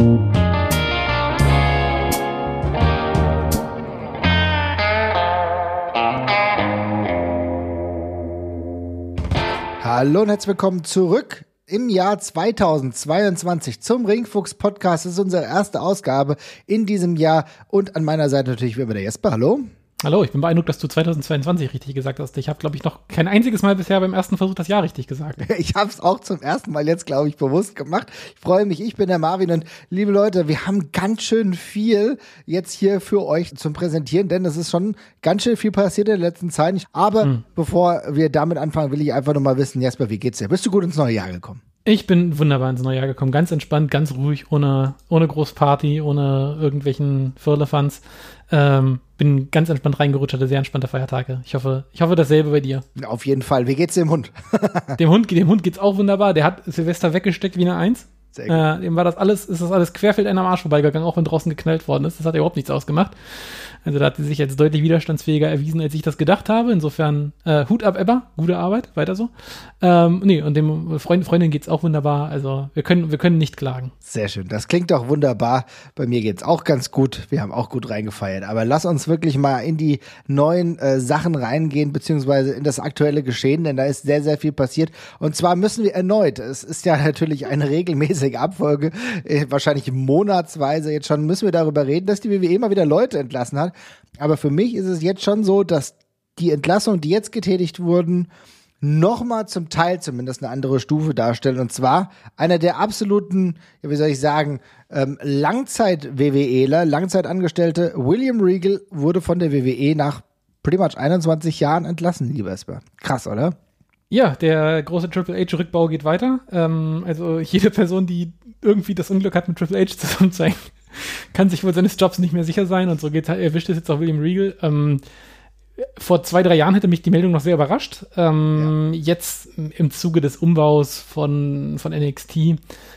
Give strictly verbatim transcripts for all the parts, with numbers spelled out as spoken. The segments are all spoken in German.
Hallo und herzlich willkommen zurück im Jahr zweitausendzweiundzwanzig zum Ringfuchs-Podcast. Das ist unsere erste Ausgabe in diesem Jahr und an meiner Seite natürlich wie immer der Jesper. Hallo. Hallo, ich bin beeindruckt, dass du zweitausendzweiundzwanzig richtig gesagt hast. Ich habe, glaube ich, noch kein einziges Mal bisher beim ersten Versuch das Jahr richtig gesagt. Ich habe es auch zum ersten Mal jetzt, glaube ich, bewusst gemacht. Ich freue mich, ich bin der Marvin und liebe Leute, wir haben ganz schön viel jetzt hier für euch zum Präsentieren, denn es ist schon ganz schön viel passiert in der letzten Zeit. Aber hm. bevor wir damit anfangen, will ich einfach nur mal wissen, Jesper, wie geht's dir? Bist du gut ins neue Jahr gekommen? Ich bin wunderbar ins neue Jahr gekommen, ganz entspannt, ganz ruhig, ohne, ohne Großparty, ohne irgendwelchen Firlefanz. Ähm, bin ganz entspannt reingerutscht, hatte sehr entspannte Feiertage. Ich hoffe, ich hoffe dasselbe bei dir. Auf jeden Fall. Wie geht's dem Hund? dem Hund, dem Hund geht's auch wunderbar. Der hat Silvester weggesteckt wie eine Eins. Sehr gut. Äh, dem war das alles, ist das alles querfeldein am Arsch vorbeigegangen, auch wenn draußen geknallt worden ist. Das hat überhaupt nichts ausgemacht. Also da hat sie sich jetzt deutlich widerstandsfähiger erwiesen, als ich das gedacht habe. Insofern äh, Hut ab, Ebba, gute Arbeit, weiter so. Ähm, nee, und dem Freund, Freundin geht's auch wunderbar. Also wir können, wir können nicht klagen. Sehr schön, das klingt doch wunderbar. Bei mir geht's auch ganz gut. Wir haben auch gut reingefeiert. Aber lass uns wirklich mal in die neuen äh, Sachen reingehen, beziehungsweise in das aktuelle Geschehen, denn da ist sehr, sehr viel passiert. Und zwar müssen wir erneut, es ist ja natürlich eine regelmäßige Abfolge, äh, wahrscheinlich monatsweise jetzt schon, müssen wir darüber reden, dass die W W E mal wieder Leute entlassen hat. Aber für mich ist es jetzt schon so, dass die Entlassungen, die jetzt getätigt wurden, nochmal zum Teil zumindest eine andere Stufe darstellen. Und zwar einer der absoluten, ja, wie soll ich sagen, ähm, Langzeit-WWEler, Langzeitangestellte William Regal wurde von der W W E nach pretty much einundzwanzig Jahren entlassen, lieber Esper. Krass, oder? Ja, der große Triple H-Rückbau geht weiter. Ähm, also jede Person, die irgendwie das Unglück hat, mit Triple H zusammen zu hängen, kann sich wohl seines Jobs nicht mehr sicher sein. Und so geht's, erwischt es jetzt auch William Regal. Ähm, vor zwei, drei Jahren hätte mich die Meldung noch sehr überrascht. Ähm, ja. Jetzt im Zuge des Umbaus von, von N X T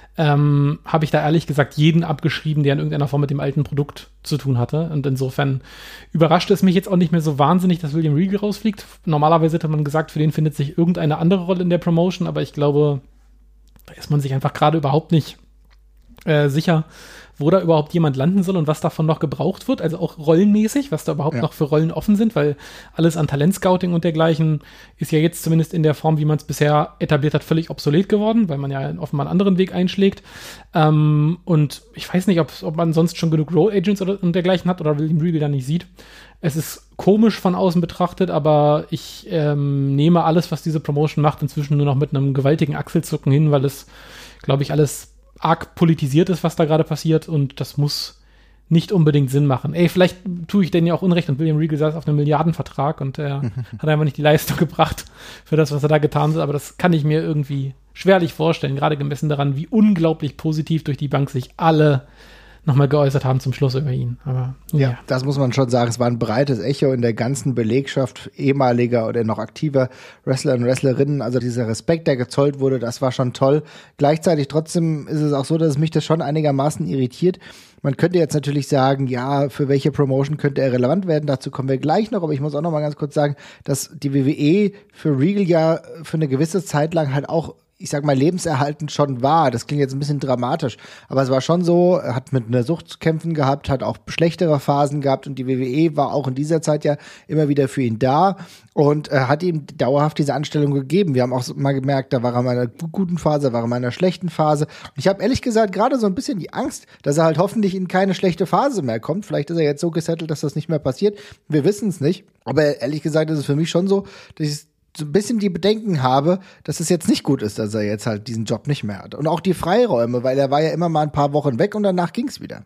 ähm, habe ich da ehrlich gesagt jeden abgeschrieben, der in irgendeiner Form mit dem alten Produkt zu tun hatte. Und insofern überraschte es mich jetzt auch nicht mehr so wahnsinnig, dass William Regal rausfliegt. Normalerweise hätte man gesagt, für den findet sich irgendeine andere Rolle in der Promotion, aber ich glaube, da ist man sich einfach gerade überhaupt nicht äh, sicher, wo da überhaupt jemand landen soll und was davon noch gebraucht wird, also auch rollenmäßig, was da überhaupt ja. noch für Rollen offen sind, weil alles an Talentscouting und dergleichen ist ja jetzt zumindest in der Form, wie man es bisher etabliert hat, völlig obsolet geworden, weil man ja offenbar einen anderen Weg einschlägt. Ähm, und ich weiß nicht, ob, ob man sonst schon genug Role Agents oder, und dergleichen hat oder William Regal da nicht sieht. Es ist komisch von außen betrachtet, aber ich ähm, nehme alles, was diese Promotion macht, inzwischen nur noch mit einem gewaltigen Achselzucken hin, weil es, glaube ich, alles arg politisiert ist, was da gerade passiert, und das muss nicht unbedingt Sinn machen. Ey, vielleicht tue ich denen ja auch Unrecht und William Regal saß auf einem Milliardenvertrag und er hat einfach nicht die Leistung gebracht für das, was er da getan hat, aber das kann ich mir irgendwie schwerlich vorstellen, gerade gemessen daran, wie unglaublich positiv durch die Bank sich alle nochmal geäußert haben zum Schluss über ihn. Aber ja, ja, das muss man schon sagen. Es war ein breites Echo in der ganzen Belegschaft ehemaliger oder noch aktiver Wrestler und Wrestlerinnen. Also dieser Respekt, der gezollt wurde, das war schon toll. Gleichzeitig trotzdem ist es auch so, dass mich das schon einigermaßen irritiert. Man könnte jetzt natürlich sagen, ja, für welche Promotion könnte er relevant werden? Dazu kommen wir gleich noch. Aber ich muss auch noch mal ganz kurz sagen, dass die W W E für Regal ja für eine gewisse Zeit lang halt auch, ich sag mal, lebenserhaltend schon war. Das klingt jetzt ein bisschen dramatisch, aber es war schon so, er hat mit einer Sucht zu kämpfen gehabt, hat auch schlechtere Phasen gehabt und die W W E war auch in dieser Zeit ja immer wieder für ihn da und äh, hat ihm dauerhaft diese Anstellung gegeben. Wir haben auch mal gemerkt, da war er mal in einer guten Phase, war er mal in einer schlechten Phase. Und ich habe ehrlich gesagt gerade so ein bisschen die Angst, dass er halt hoffentlich in keine schlechte Phase mehr kommt. Vielleicht ist er jetzt so gesettelt, dass das nicht mehr passiert. Wir wissen es nicht. Aber ehrlich gesagt ist es für mich schon so, dass ich so ein bisschen die Bedenken habe, dass es jetzt nicht gut ist, dass er jetzt halt diesen Job nicht mehr hat. Und auch die Freiräume, weil er war ja immer mal ein paar Wochen weg und danach ging's wieder.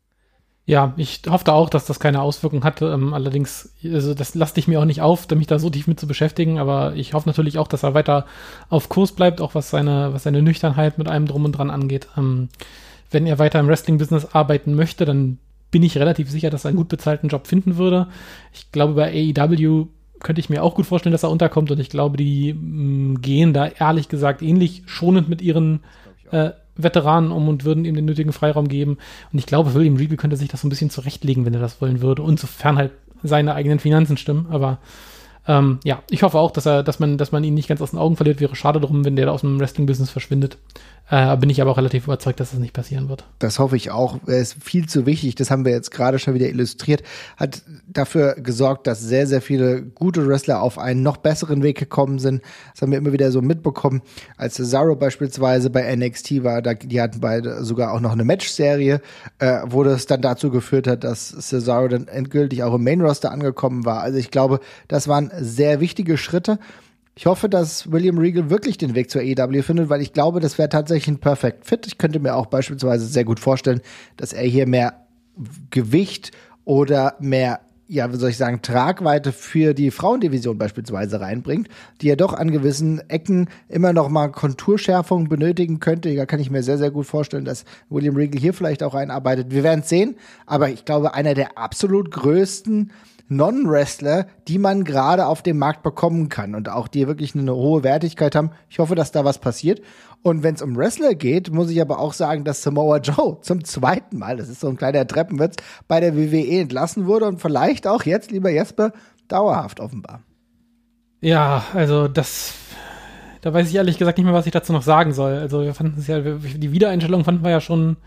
Ja, ich hoffe auch, dass das keine Auswirkungen hatte. Ähm, allerdings, also das lasst ich mir auch nicht auf, mich da so tief mit zu beschäftigen. Aber ich hoffe natürlich auch, dass er weiter auf Kurs bleibt, auch was seine, was seine Nüchternheit mit allem Drum und Dran angeht. Ähm, wenn er weiter im Wrestling-Business arbeiten möchte, dann bin ich relativ sicher, dass er einen gut bezahlten Job finden würde. Ich glaube, bei A E W könnte ich mir auch gut vorstellen, dass er unterkommt, und ich glaube, die mh, gehen da ehrlich gesagt ähnlich schonend mit ihren äh, Veteranen um und würden ihm den nötigen Freiraum geben. Und ich glaube, William Regal könnte sich das so ein bisschen zurechtlegen, wenn er das wollen würde, und sofern halt seine eigenen Finanzen stimmen. Aber ähm, ja, ich hoffe auch, dass er, dass man, dass man ihn nicht ganz aus den Augen verliert. Wäre schade drum, wenn der da aus dem Wrestling-Business verschwindet. Äh, bin ich aber auch relativ überzeugt, dass das nicht passieren wird. Das hoffe ich auch. Es ist viel zu wichtig. Das haben wir jetzt gerade schon wieder illustriert. Hat dafür gesorgt, dass sehr, sehr viele gute Wrestler auf einen noch besseren Weg gekommen sind. Das haben wir immer wieder so mitbekommen. Als Cesaro beispielsweise bei N X T war, da, die hatten beide sogar auch noch eine Matchserie, äh, wo das dann dazu geführt hat, dass Cesaro dann endgültig auch im Main-Roster angekommen war. Also ich glaube, das waren sehr wichtige Schritte. Ich hoffe, dass William Regal wirklich den Weg zur A E W findet, weil ich glaube, das wäre tatsächlich ein Perfect Fit. Ich könnte mir auch beispielsweise sehr gut vorstellen, dass er hier mehr Gewicht oder mehr, ja, wie soll ich sagen, Tragweite für die Frauendivision beispielsweise reinbringt, die ja doch an gewissen Ecken immer noch mal Konturschärfung benötigen könnte. Da kann ich mir sehr, sehr gut vorstellen, dass William Regal hier vielleicht auch einarbeitet. Wir werden es sehen, aber ich glaube, einer der absolut größten Non-Wrestler, die man gerade auf dem Markt bekommen kann und auch die wirklich eine hohe Wertigkeit haben. Ich hoffe, dass da was passiert. Und wenn es um Wrestler geht, muss ich aber auch sagen, dass Samoa Joe zum zweiten Mal, das ist so ein kleiner Treppenwitz, bei der W W E entlassen wurde und vielleicht auch jetzt, lieber Jesper, dauerhaft offenbar. Ja, also das, da weiß ich ehrlich gesagt nicht mehr, was ich dazu noch sagen soll. Also wir fanden es ja, die Wiedereinstellung fanden wir ja schon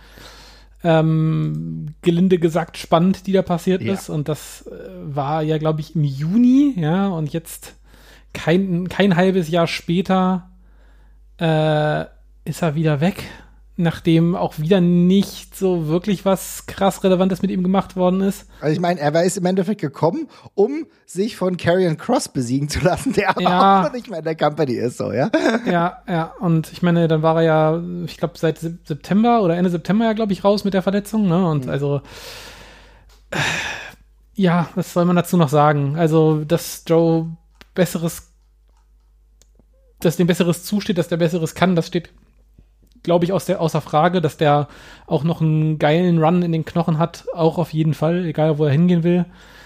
Ähm, gelinde gesagt spannend, die da passiert ja. ist. Und das äh, war ja, glaube ich, im Juni, ja, und jetzt kein, kein halbes Jahr später äh, ist er wieder weg, nachdem auch wieder nicht so wirklich was krass Relevantes mit ihm gemacht worden ist. Also ich meine, er ist im Endeffekt gekommen, um sich von Karrion Kross besiegen zu lassen, der aber ja. auch nicht mehr in der Company ist, so, ja? Ja, ja, und ich meine, dann war er ja, ich glaube, seit September oder Ende September ja, glaube ich, raus mit der Verletzung, ne, und mhm. also äh, ja, was soll man dazu noch sagen? Also, dass Joe Besseres, dass dem Besseres zusteht, dass der Besseres kann, das steht, glaube ich, aus der, außer Frage, dass der auch noch einen geilen Run in den Knochen hat, auch auf jeden Fall, egal wo er hingehen will.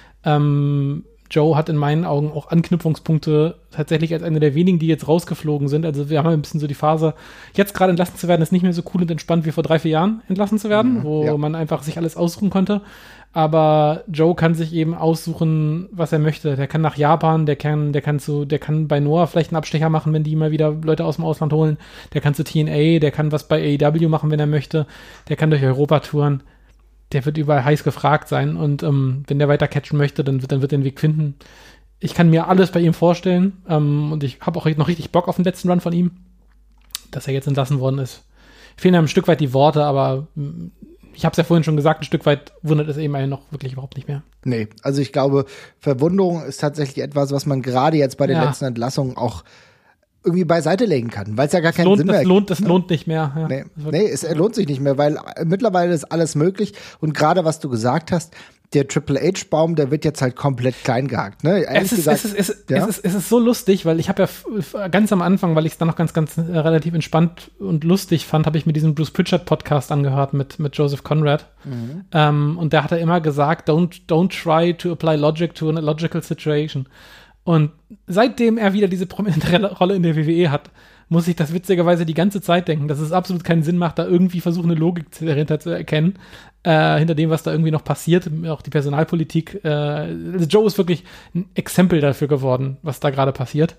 Ähm, Joe hat in meinen Augen auch Anknüpfungspunkte tatsächlich als einer der wenigen, die jetzt rausgeflogen sind. Also wir haben ein bisschen so die Phase, jetzt gerade entlassen zu werden, ist nicht mehr so cool und entspannt wie vor drei, vier Jahren entlassen zu werden, mhm, wo ja. man einfach sich alles aussuchen konnte. Aber Joe kann sich eben aussuchen, was er möchte. Der kann nach Japan, der kann, der kann zu, der kann bei Noah vielleicht einen Abstecher machen, wenn die mal wieder Leute aus dem Ausland holen. Der kann zu T N A, der kann was bei A E W machen, wenn er möchte. Der kann durch Europa touren. Der wird überall heiß gefragt sein und ähm, wenn der weiter catchen möchte, dann wird, dann wird er den Weg finden. Ich kann mir alles bei ihm vorstellen ähm, und ich habe auch noch richtig Bock auf den letzten Run von ihm, dass er jetzt entlassen worden ist. Fehlen einem ein Stück weit die Worte, aber mh, ich habe es ja vorhin schon gesagt, ein Stück weit wundert es eben einen noch wirklich überhaupt nicht mehr. Nee, also ich glaube, Verwunderung ist tatsächlich etwas, was man gerade jetzt bei den ja. letzten Entlassungen auch irgendwie beiseite legen kann, weil es ja gar keinen lohnt, Sinn mehr gibt. Lohnt, das ne? lohnt nicht mehr. Ja. Nee, nee es lohnt sich nicht mehr, weil mittlerweile ist alles möglich und gerade was du gesagt hast, der Triple H-Baum, der wird jetzt halt komplett klein gehakt. Ne? Es ist, gesagt, es, ist, es, ja? es, ist, es ist so lustig, weil ich habe ja f- ganz am Anfang, weil ich es dann noch ganz, ganz äh, relativ entspannt und lustig fand, habe ich mir diesen Bruce Pritchard-Podcast angehört mit, mit Joseph Conrad. Mhm. Ähm, und der hat immer gesagt, don't, don't try to apply logic to a logical situation. Und seitdem er wieder diese prominente Rolle in der W W E hat, muss ich das witzigerweise die ganze Zeit denken, dass es absolut keinen Sinn macht, da irgendwie versuchen, eine Logik dahinter zu erkennen, äh, hinter dem, was da irgendwie noch passiert, auch die Personalpolitik. Äh, also Joe ist wirklich ein Exempel dafür geworden, was da gerade passiert.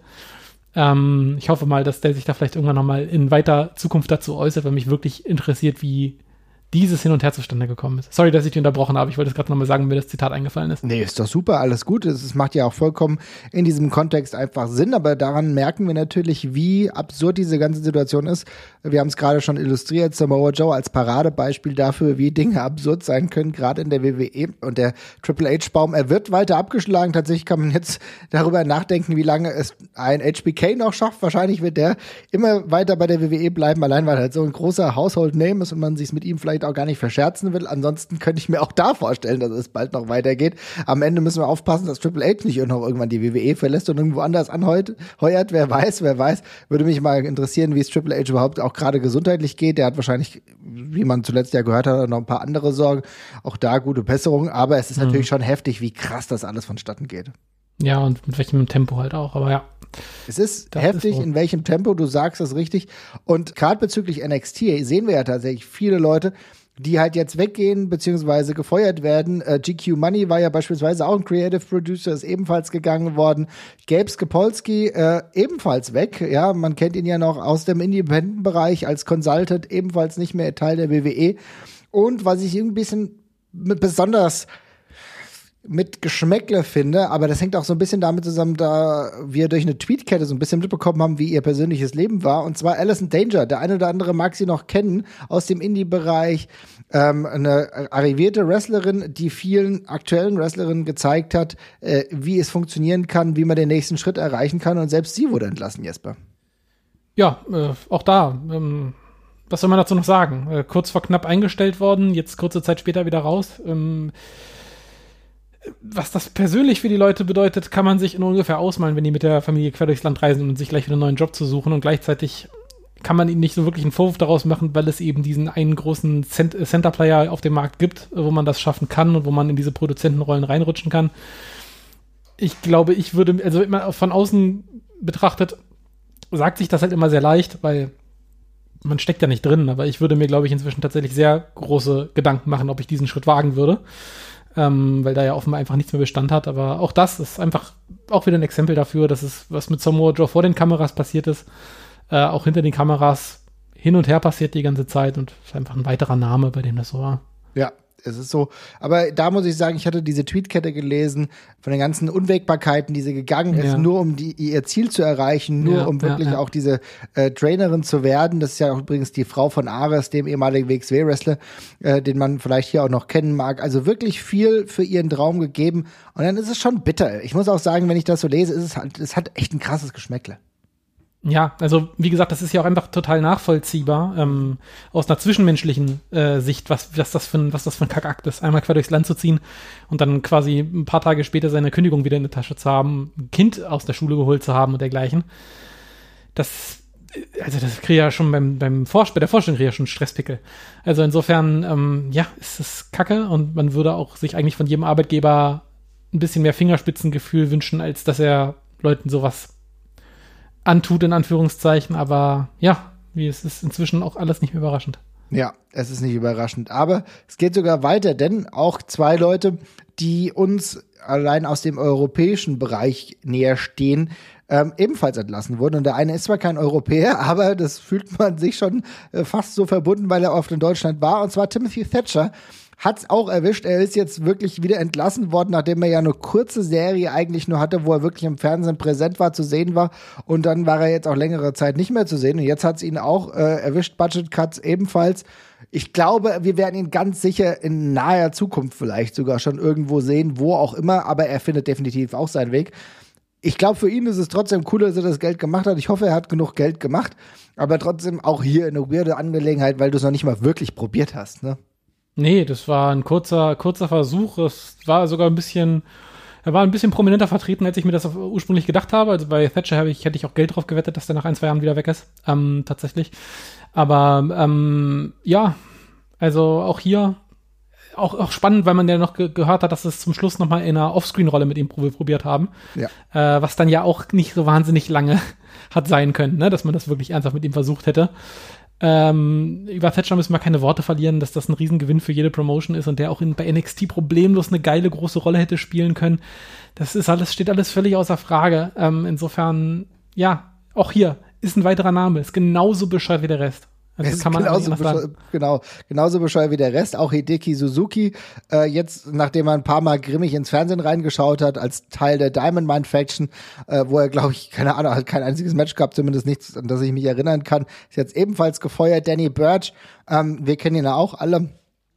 Ähm, ich hoffe mal, dass der sich da vielleicht irgendwann noch mal in weiter Zukunft dazu äußert, weil mich wirklich interessiert, wie dieses Hin und Her zustande gekommen ist. Sorry, dass ich dich unterbrochen habe. Ich wollte es gerade nochmal sagen, wenn mir das Zitat eingefallen ist. Nee, ist doch super, alles gut. Es macht ja auch vollkommen in diesem Kontext einfach Sinn, aber daran merken wir natürlich, wie absurd diese ganze Situation ist. Wir haben es gerade schon illustriert, Samoa Joe als Paradebeispiel dafür, wie Dinge absurd sein können, gerade in der W W E. Und der Triple H-Baum, er wird weiter abgeschlagen. Tatsächlich kann man jetzt darüber nachdenken, wie lange es ein H B K noch schafft. Wahrscheinlich wird der immer weiter bei der W W E bleiben, allein weil er halt so ein großer Household Name ist und man sich mit ihm vielleicht auch gar nicht verscherzen will. Ansonsten könnte ich mir auch da vorstellen, dass es bald noch weitergeht. Am Ende müssen wir aufpassen, dass Triple H nicht noch irgendwann die W W E verlässt und irgendwo anders anheuert. Wer weiß, wer weiß. Würde mich mal interessieren, wie es Triple H überhaupt auch gerade gesundheitlich geht. Der hat wahrscheinlich, wie man zuletzt ja gehört hat, noch ein paar andere Sorgen. Auch da gute Besserung. Aber es ist mhm. natürlich schon heftig, wie krass das alles vonstatten geht. Ja, und mit welchem Tempo halt auch. Aber ja. Es ist das heftig, ist so. In welchem Tempo, du sagst das richtig. Und gerade bezüglich N X T sehen wir ja tatsächlich viele Leute, die halt jetzt weggehen beziehungsweise gefeuert werden. Äh, G Q Money war ja beispielsweise auch ein Creative Producer, ist ebenfalls gegangen worden. Gabe Skopolsky äh, ebenfalls weg. Ja, man kennt ihn ja noch aus dem Independent-Bereich als Consultant, ebenfalls nicht mehr Teil der W W E. Und was ich ein bisschen mit besonders mit Geschmäckle finde, aber das hängt auch so ein bisschen damit zusammen, da wir durch eine Tweetkette so ein bisschen mitbekommen haben, wie ihr persönliches Leben war, und zwar Alison Danger. Der eine oder andere mag sie noch kennen aus dem Indie-Bereich, ähm, eine arrivierte Wrestlerin, die vielen aktuellen Wrestlerinnen gezeigt hat, äh, wie es funktionieren kann, wie man den nächsten Schritt erreichen kann, und selbst sie wurde entlassen, Jesper. Ja, äh, auch da, ähm, was soll man dazu noch sagen? Äh, kurz vor knapp eingestellt worden, jetzt kurze Zeit später wieder raus. Ähm, Was das persönlich für die Leute bedeutet, kann man sich in ungefähr ausmalen, wenn die mit der Familie quer durchs Land reisen und sich gleich wieder einen neuen Job zu suchen. Und gleichzeitig kann man ihnen nicht so wirklich einen Vorwurf daraus machen, weil es eben diesen einen großen Cent- Center-Player auf dem Markt gibt, wo man das schaffen kann und wo man in diese Produzentenrollen reinrutschen kann. Ich glaube, ich würde, also immer von außen betrachtet, sagt sich das halt immer sehr leicht, weil man steckt ja nicht drin. Aber ich würde mir, glaube ich, inzwischen tatsächlich sehr große Gedanken machen, ob ich diesen Schritt wagen würde. Ähm, weil da ja offenbar einfach nichts mehr Bestand hat. Aber auch das ist einfach auch wieder ein Exempel dafür, dass es, was mit Samoa Joe vor den Kameras passiert ist, äh, auch hinter den Kameras hin und her passiert die ganze Zeit, und ist einfach ein weiterer Name, bei dem das so war. Ja, es ist so. Aber da muss ich sagen, ich hatte diese Tweetkette gelesen von den ganzen Unwägbarkeiten, die sie gegangen ist, Ja. nur um die, ihr Ziel zu erreichen, nur Ja, um wirklich ja, ja. auch diese äh, Trainerin zu werden. Das ist ja auch übrigens die Frau von Ares, dem ehemaligen W X W-Wrestler, äh, den man vielleicht hier auch noch kennen mag. Also wirklich viel für ihren Traum gegeben. Und dann ist es schon bitter. Ich muss auch sagen, wenn ich das so lese, ist es halt, es hat echt ein krasses Geschmäckle. Ja, also wie gesagt, das ist ja auch einfach total nachvollziehbar, ähm, aus einer zwischenmenschlichen äh, Sicht, was, was, das für ein, was das für ein Kackakt ist, einmal quer durchs Land zu ziehen und dann quasi ein paar Tage später seine Kündigung wieder in der Tasche zu haben, ein Kind aus der Schule geholt zu haben und dergleichen. Das, also das kriege ich ja schon beim, beim Vorst- bei der Vorstellung kriege ich ja schon Stresspickel. Also insofern, ähm, ja, ist es Kacke, und man würde auch sich eigentlich von jedem Arbeitgeber ein bisschen mehr Fingerspitzengefühl wünschen, als dass er Leuten sowas antut, in Anführungszeichen, aber ja, wie es ist inzwischen auch alles nicht mehr überraschend. Ja, es ist nicht überraschend. Aber es geht sogar weiter, denn auch zwei Leute, die uns allein aus dem europäischen Bereich näher stehen, ähm, ebenfalls entlassen wurden. Und der eine ist zwar kein Europäer, aber das fühlt man sich schon äh, fast so verbunden, weil er oft in Deutschland war. Und zwar Timothy Thatcher. Hat's auch erwischt. Er ist jetzt wirklich wieder entlassen worden, nachdem er ja eine kurze Serie eigentlich nur hatte, wo er wirklich im Fernsehen präsent war, zu sehen war. Und dann war er jetzt auch längere Zeit nicht mehr zu sehen. Und jetzt hat's ihn auch äh, erwischt. Budget Cuts ebenfalls. Ich glaube, wir werden ihn ganz sicher in naher Zukunft vielleicht sogar schon irgendwo sehen, wo auch immer. Aber er findet definitiv auch seinen Weg. Ich glaube, für ihn ist es trotzdem cool, dass er das Geld gemacht hat. Ich hoffe, er hat genug Geld gemacht. Aber trotzdem auch hier eine weirde Angelegenheit, weil du es noch nicht mal wirklich probiert hast, ne? Nee, das war ein kurzer, kurzer Versuch. Es war sogar ein bisschen, er war ein bisschen prominenter vertreten, als ich mir das ursprünglich gedacht habe. Also bei Thatcher habe ich, hätte ich auch Geld drauf gewettet, dass der nach ein, zwei Jahren wieder weg ist. Ähm, tatsächlich. Aber ähm, ja, also auch hier, auch, auch spannend, weil man ja noch ge- gehört hat, dass es zum Schluss nochmal in einer Offscreen-Rolle mit ihm prob- probiert haben. Ja. Äh, was dann ja auch nicht so wahnsinnig lange hat sein können, ne? Dass man das wirklich ernsthaft mit ihm versucht hätte. Ähm, über Thatcher müssen wir keine Worte verlieren, dass das ein Riesengewinn für jede Promotion ist und der auch in, bei N X T problemlos eine geile große Rolle hätte spielen können. Das ist alles, steht alles völlig außer Frage. Ähm, insofern, ja, auch hier ist ein weiterer Name, ist genauso bescheuert wie der Rest. Also Es kann man genauso, nicht anders bescheu- sagen. genau, genauso bescheuert wie der Rest. Auch Hideki Suzuki, äh, jetzt, nachdem er ein paar Mal grimmig ins Fernsehen reingeschaut hat, als Teil der Diamond Mine Faction, äh, wo er, glaube ich, keine Ahnung, hat kein einziges Match gehabt, zumindest nichts, an das ich mich erinnern kann, ist jetzt ebenfalls gefeuert. Danny Burch, ähm, wir kennen ihn ja auch alle.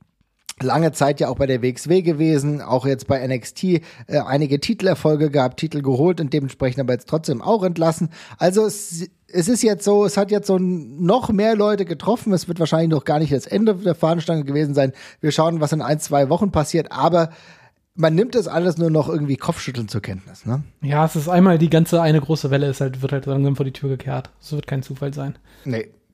Lange Zeit ja auch bei der W X W gewesen, auch jetzt bei N X T äh, einige Titelerfolge gehabt, Titel geholt und dementsprechend aber jetzt trotzdem auch entlassen. Also es, es ist jetzt so, es hat jetzt so noch mehr Leute getroffen. Es wird wahrscheinlich noch gar nicht das Ende der Fahnenstange gewesen sein. Wir schauen, was in ein, zwei Wochen passiert, aber man nimmt das alles nur noch irgendwie Kopfschütteln zur Kenntnis, ne? Ja, es ist einmal die ganze eine große Welle, ist halt, wird halt langsam vor die Tür gekehrt. Das wird kein Zufall sein. Nee.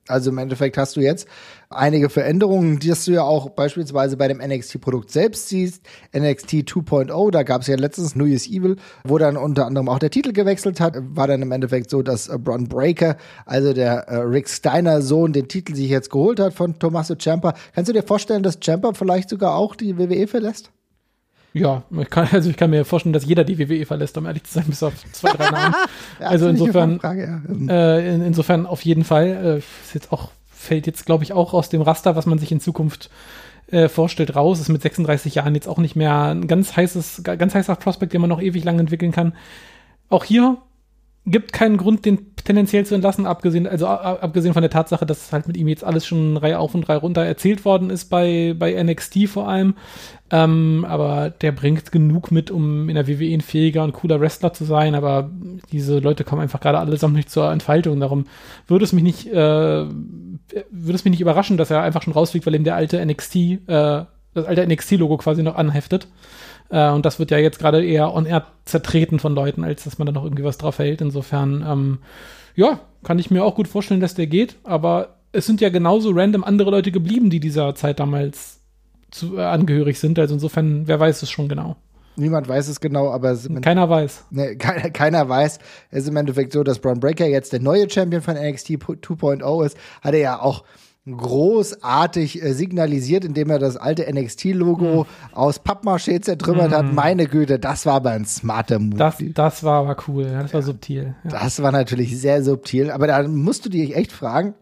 Also im Endeffekt hast du jetzt einige Veränderungen, die du ja auch beispielsweise bei dem N X T-Produkt selbst siehst. N X T zwei Punkt null, da gab es ja letztens New Year's Evil, wo dann unter anderem auch der Titel gewechselt hat. War dann im Endeffekt so, dass äh, Bron Breakker, also der äh, Rick Steiner-Sohn, den Titel sich jetzt geholt hat von Tommaso Ciampa. Kannst du dir vorstellen, dass Ciampa vielleicht sogar auch die W W E verlässt? Ja, ich kann, also ich kann mir vorstellen, dass jeder die W W E verlässt, um ehrlich zu sein, bis auf zwei, drei Namen. ja, also insofern, Frage, ja. äh, in, insofern auf jeden Fall. Äh, ist jetzt auch, fällt jetzt, glaube ich, auch aus dem Raster, was man sich in Zukunft äh, vorstellt, raus. Ist mit sechsunddreißig Jahren jetzt auch nicht mehr ein ganz heißes, ganz heißer Prospekt, den man noch ewig lang entwickeln kann. Auch hier gibt keinen Grund, den tendenziell zu entlassen, abgesehen, also abgesehen von der Tatsache, dass halt mit ihm jetzt alles schon Reihe auf und Reihe runter erzählt worden ist bei, bei N X T vor allem. Ähm, aber der bringt genug mit, um in der W W E ein fähiger und cooler Wrestler zu sein, aber diese Leute kommen einfach gerade allesamt nicht zur Entfaltung. Darum würde es mich nicht, äh, würde es mich nicht überraschen, dass er einfach schon rausfliegt, weil ihm der alte N X T, äh, das alte N X T-Logo quasi noch anheftet. Äh, und das wird ja jetzt gerade eher on-air zertreten von Leuten, als dass man da noch irgendwie was drauf hält. Insofern, ähm, ja, kann ich mir auch gut vorstellen, dass der geht. Aber es sind ja genauso random andere Leute geblieben, die dieser Zeit damals zu, äh, angehörig sind. Also insofern, wer weiß es schon genau. Niemand weiß es genau, aber es keiner weiß. Ne, keiner, keiner weiß. Es ist im Endeffekt so, dass Bron Breakker jetzt der neue Champion von N X T zwei Punkt null ist. Hat er ja auch großartig äh, signalisiert, indem er das alte N X T-Logo mm. aus Pappmaché zertrümmert mm. hat. Meine Güte, das war aber ein smarter Move. Das, das war aber cool, ja, das war ja. subtil. Ja. Das war natürlich sehr subtil, aber da musst du dich echt fragen,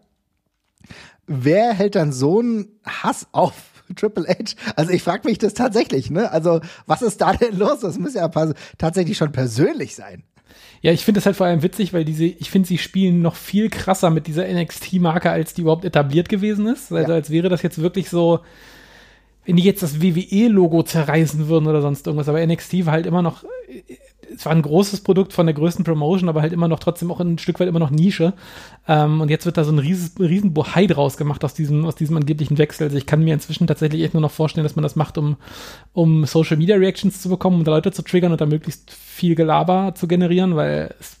wer hält dann so einen Hass auf Triple H? Also ich frage mich das tatsächlich, ne? Also was ist da denn los? Das muss ja tatsächlich schon persönlich sein. Ja, ich finde das halt vor allem witzig, weil diese, ich finde, sie spielen noch viel krasser mit dieser N X T-Marke, als die überhaupt etabliert gewesen ist. Also ja. als wäre das jetzt wirklich so, wenn die jetzt das W W E-Logo zerreißen würden oder sonst irgendwas. Aber N X T war halt immer noch, es war ein großes Produkt von der größten Promotion, aber halt immer noch trotzdem auch ein Stück weit immer noch Nische. Ähm, und jetzt wird da so ein riesen, riesen Bohai draus gemacht aus diesem, aus diesem angeblichen Wechsel. Also ich kann mir inzwischen tatsächlich echt nur noch vorstellen, dass man das macht, um, um Social Media Reactions zu bekommen, um da Leute zu triggern und da möglichst viel Gelaber zu generieren, weil es,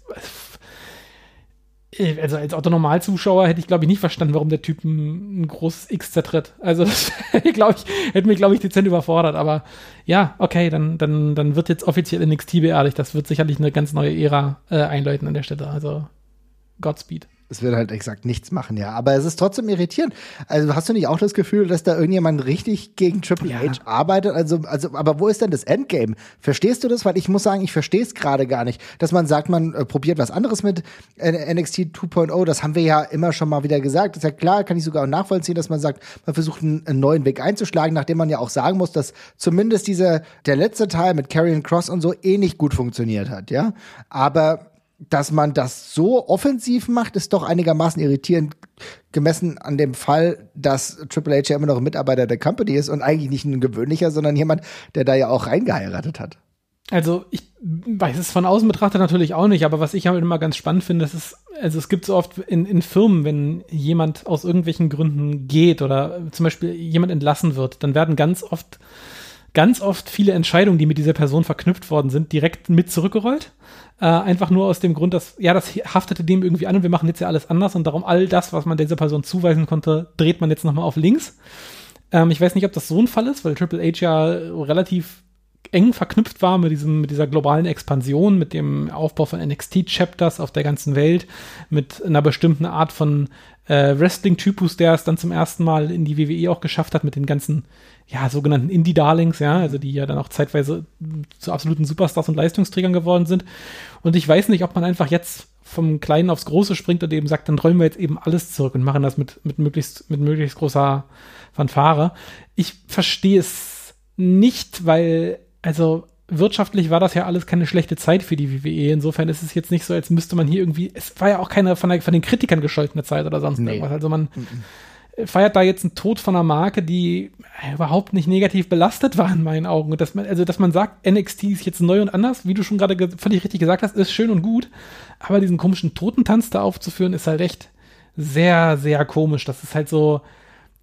also als Autonormalzuschauer hätte ich, glaube ich, nicht verstanden, warum der Typ ein, ein großes X zertritt. Also das glaube ich, hätte mich, glaube ich, dezent überfordert. Aber ja, okay, dann, dann, dann wird jetzt offiziell N X T beerdigt. Das wird sicherlich eine ganz neue Ära äh, einläuten an der Stelle. Also Godspeed. Es wird halt exakt nichts machen, ja. Aber es ist trotzdem irritierend. Also hast du nicht auch das Gefühl, dass da irgendjemand richtig gegen Triple ja. H arbeitet? Also, also, aber wo ist denn das Endgame? Verstehst du das? Weil ich muss sagen, ich verstehe es gerade gar nicht. Dass man sagt, man äh, probiert was anderes mit N X T zwei Punkt null, das haben wir ja immer schon mal wieder gesagt. Das ist ja klar, kann ich sogar auch nachvollziehen, dass man sagt, man versucht einen, einen neuen Weg einzuschlagen, nachdem man ja auch sagen muss, dass zumindest dieser, der letzte Teil mit Karrion Kross und so eh nicht gut funktioniert hat, ja. Aber dass man das so offensiv macht, ist doch einigermaßen irritierend, gemessen an dem Fall, dass Triple H ja immer noch ein Mitarbeiter der Company ist und eigentlich nicht ein gewöhnlicher, sondern jemand, der da ja auch reingeheiratet hat. Also ich weiß es von außen betrachtet natürlich auch nicht, aber was ich halt immer ganz spannend finde, das ist, also es gibt so oft in, in Firmen, wenn jemand aus irgendwelchen Gründen geht oder zum Beispiel jemand entlassen wird, dann werden ganz oft ganz oft viele Entscheidungen, die mit dieser Person verknüpft worden sind, direkt mit zurückgerollt. Äh, einfach nur aus dem Grund, dass, ja, das haftete dem irgendwie an und wir machen jetzt ja alles anders und darum all das, was man dieser Person zuweisen konnte, dreht man jetzt nochmal auf links. Ähm, ich weiß nicht, ob das so ein Fall ist, weil Triple H ja relativ eng verknüpft war mit diesem, mit dieser globalen Expansion, mit dem Aufbau von N X T-Chapters auf der ganzen Welt, mit einer bestimmten Art von äh, Wrestling-Typus, der es dann zum ersten Mal in die W W E auch geschafft hat, mit den ganzen, ja, sogenannten Indie-Darlings, ja, also die ja dann auch zeitweise zu absoluten Superstars und Leistungsträgern geworden sind. Und ich weiß nicht, ob man einfach jetzt vom Kleinen aufs Große springt und eben sagt, dann räumen wir jetzt eben alles zurück und machen das mit, mit möglichst, mit möglichst großer Fanfare. Ich verstehe es nicht, weil, also wirtschaftlich war das ja alles keine schlechte Zeit für die W W E. Insofern ist es jetzt nicht so, als müsste man hier irgendwie, es war ja auch keine von, der, von den Kritikern gescholtene Zeit oder sonst nee. irgendwas. Also man mhm. feiert da jetzt einen Tod von einer Marke, die überhaupt nicht negativ belastet war in meinen Augen. Und dass man, also dass man sagt, N X T ist jetzt neu und anders, wie du schon gerade ge- völlig richtig gesagt hast, ist schön und gut. Aber diesen komischen Totentanz da aufzuführen, ist halt echt sehr, sehr komisch. Das ist halt so,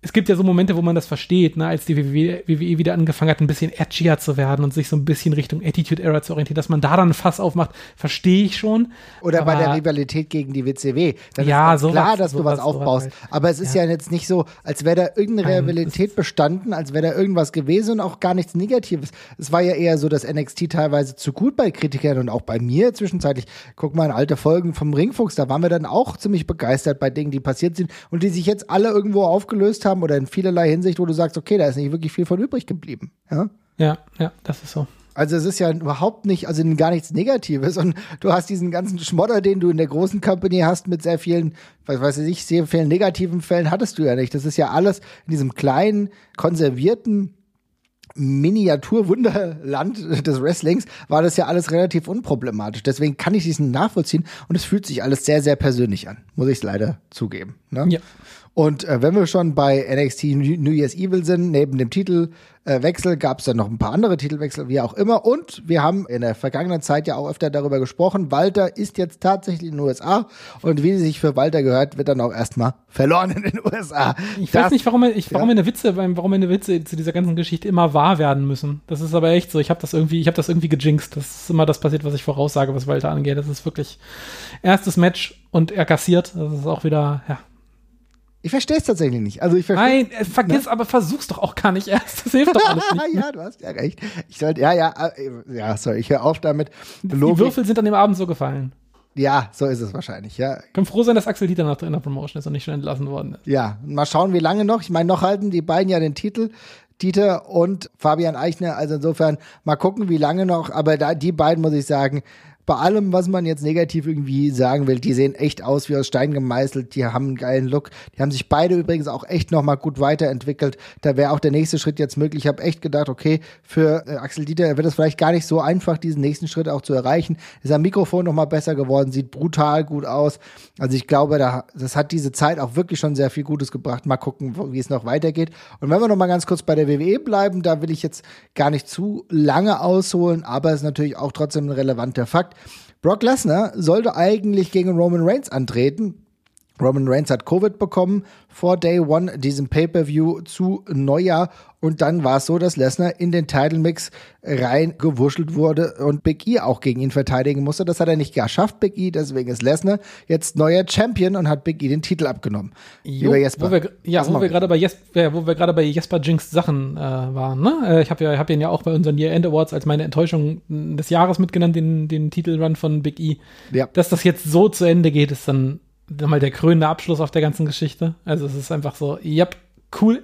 es gibt ja so Momente, wo man das versteht, ne, als die W W E wieder angefangen hat, ein bisschen edgier zu werden und sich so ein bisschen Richtung Attitude Era zu orientieren, dass man da dann ein Fass aufmacht, verstehe ich schon. Oder aber, bei der Rivalität gegen die W C W. Dann ja, ist so klar, was, dass so du was, was aufbaust. so was halt. Aber es ist ja. ja jetzt nicht so, als wäre da irgendeine Nein, Rivalität bestanden, als wäre da irgendwas gewesen und auch gar nichts Negatives. Es war ja eher so, dass N X T teilweise zu gut bei Kritikern und auch bei mir zwischenzeitlich. Guck mal in alte Folgen vom Ringfuchs, da waren wir dann auch ziemlich begeistert bei Dingen, die passiert sind und die sich jetzt alle irgendwo aufgelöst haben oder in vielerlei Hinsicht, wo du sagst, okay, da ist nicht wirklich viel von übrig geblieben. Ja, ja, ja, das ist so. Also es ist ja überhaupt nicht, also gar nichts Negatives und du hast diesen ganzen Schmodder, den du in der großen Company hast mit sehr vielen, was weiß ich, sehr vielen negativen Fällen hattest du ja nicht. Das ist ja alles in diesem kleinen, konservierten Miniatur-Wunderland des Wrestlings war das ja alles relativ unproblematisch. Deswegen kann ich diesen nachvollziehen und es fühlt sich alles sehr, sehr persönlich an. Muss ich es leider zugeben. Ne? Ja. Und äh, wenn wir schon bei N X T New Year's Evil sind, neben dem Titelwechsel äh, gab es dann noch ein paar andere Titelwechsel, wie auch immer. Und wir haben in der vergangenen Zeit ja auch öfter darüber gesprochen, Walter ist jetzt tatsächlich in den U S A und wie sich für Walter gehört, wird dann auch erstmal verloren in den U S A. Ich das, weiß nicht, warum, ich, warum ja. meine Witze, warum meine Witze zu dieser ganzen Geschichte immer wahr werden müssen. Das ist aber echt so. Ich habe das irgendwie, ich habe das irgendwie gejinxt. Das ist immer das passiert, was ich voraussage, was Walter angeht. Das ist wirklich erstes Match und er kassiert. Das ist auch wieder, ja. Ich verstehe es tatsächlich nicht. Also ich Nein, äh, vergiss, ne? aber versuch's doch auch gar nicht erst. Das hilft doch alles nicht. Ja, du hast ja recht. Ich sollte, ja, ja, ja, sorry, ich höre auf damit. Die Logik. Würfel sind an dem Abend so gefallen. Ja, so ist es wahrscheinlich, ja. Können froh sein, dass Axel Dieter noch in der Promotion ist und nicht schon entlassen worden ist. Ja, mal schauen, wie lange noch. Ich meine, noch halten die beiden ja den Titel. Dieter und Fabian Eichner, also insofern mal gucken, wie lange noch. Aber da, die beiden, muss ich sagen, bei allem, was man jetzt negativ irgendwie sagen will, die sehen echt aus wie aus Stein gemeißelt, die haben einen geilen Look, die haben sich beide übrigens auch echt nochmal gut weiterentwickelt, da wäre auch der nächste Schritt jetzt möglich. Ich habe echt gedacht, okay, für äh, Axel Dieter wird es vielleicht gar nicht so einfach, diesen nächsten Schritt auch zu erreichen. Ist am Mikrofon nochmal besser geworden, sieht brutal gut aus, also ich glaube, da, das hat diese Zeit auch wirklich schon sehr viel Gutes gebracht. Mal gucken, wie es noch weitergeht. Und wenn wir nochmal ganz kurz bei der W W E bleiben, da will ich jetzt gar nicht zu lange ausholen, aber es ist natürlich auch trotzdem ein relevanter Fakt. Brock Lesnar sollte eigentlich gegen Roman Reigns antreten. Roman Reigns hat Covid bekommen vor Day One, diesem Pay-Per-View zu Neujahr. Und dann war es so, dass Lesnar in den Title-Mix reingewurschtelt wurde und Big E auch gegen ihn verteidigen musste. Das hat er nicht geschafft, Big E. Deswegen ist Lesnar jetzt neuer Champion und hat Big E den Titel abgenommen. Jo, Lieber Jesper. Wo wir, ja, wo wir gerade bei, Jes- wo wir gerade bei Jesper Jinx Sachen äh, waren. Ne? Äh, ich habe ja, hab ihn ja auch bei unseren Year-End Awards als meine Enttäuschung des Jahres mitgenannt, den, den Titelrun von Big E. Ja. Dass das jetzt so zu Ende geht, ist dann mal der krönende Abschluss auf der ganzen Geschichte. Also es ist einfach so, yep, cool.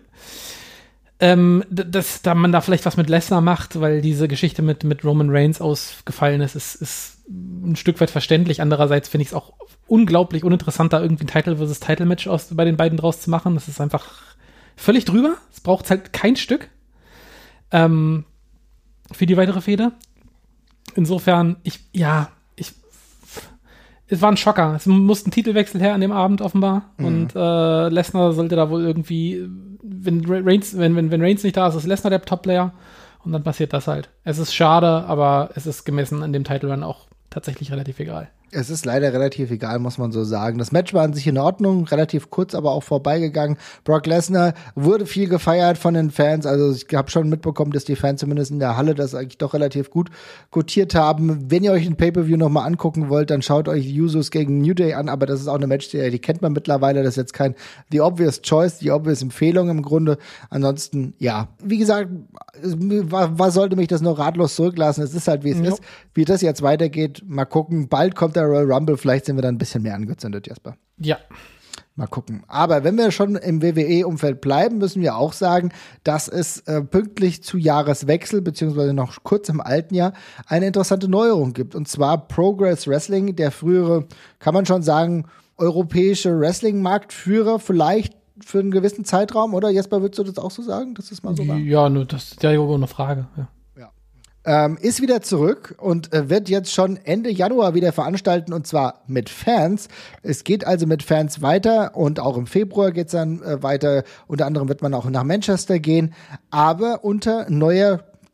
Ähm, dass da man da vielleicht was mit Lesnar macht, weil diese Geschichte mit, mit Roman Reigns ausgefallen ist, ist, ist ein Stück weit verständlich. Andererseits finde ich es auch unglaublich uninteressant, da irgendwie ein Title versus Title Match aus, bei den beiden draus zu machen. Das ist einfach völlig drüber. Es braucht halt kein Stück ähm, für die weitere Fehde. Insofern, ich, ja, ich es war ein Schocker. Es musste ein Titelwechsel her an dem Abend offenbar. Mhm. Und äh, Lesnar sollte da wohl irgendwie, wenn Reigns, wenn, wenn, wenn Reigns nicht da ist, ist Lesnar der Top-Player. Und dann passiert das halt. Es ist schade, aber es ist gemessen an dem Title Run auch tatsächlich relativ egal. Es ist leider relativ egal, muss man so sagen. Das Match war an sich in Ordnung, relativ kurz, aber auch vorbeigegangen. Brock Lesnar wurde viel gefeiert von den Fans. Also ich habe schon mitbekommen, dass die Fans zumindest in der Halle das eigentlich doch relativ gut gutiert haben. Wenn ihr euch ein Pay-Per-View nochmal angucken wollt, dann schaut euch die Usos gegen New Day an. Aber das ist auch eine Matchserie, die kennt man mittlerweile. Das ist jetzt kein The Obvious Choice, die Obvious Empfehlung im Grunde. Ansonsten, ja, wie gesagt, was sollte mich das noch ratlos zurücklassen? Es ist halt, wie es jo. ist. Wie das jetzt weitergeht, mal gucken. Bald kommt der Royal Rumble, vielleicht sind wir dann ein bisschen mehr angezündet, Jesper. Ja. Mal gucken. Aber wenn wir schon im W W E-Umfeld bleiben, müssen wir auch sagen, dass es äh, pünktlich zu Jahreswechsel, beziehungsweise noch kurz im alten Jahr, eine interessante Neuerung gibt. Und zwar Progress Wrestling, der frühere, kann man schon sagen, europäische Wrestling-Marktführer, vielleicht für einen gewissen Zeitraum, oder? Jesper, würdest du das auch so sagen, dass das mal so war? Ja, nur das ist ja eine Frage, ja. Ähm, ist wieder zurück und äh, wird jetzt schon Ende Januar wieder veranstalten, und zwar mit Fans. Es geht also mit Fans weiter und auch im Februar geht's dann äh, weiter. Unter anderem wird man auch nach Manchester gehen, aber unter neuer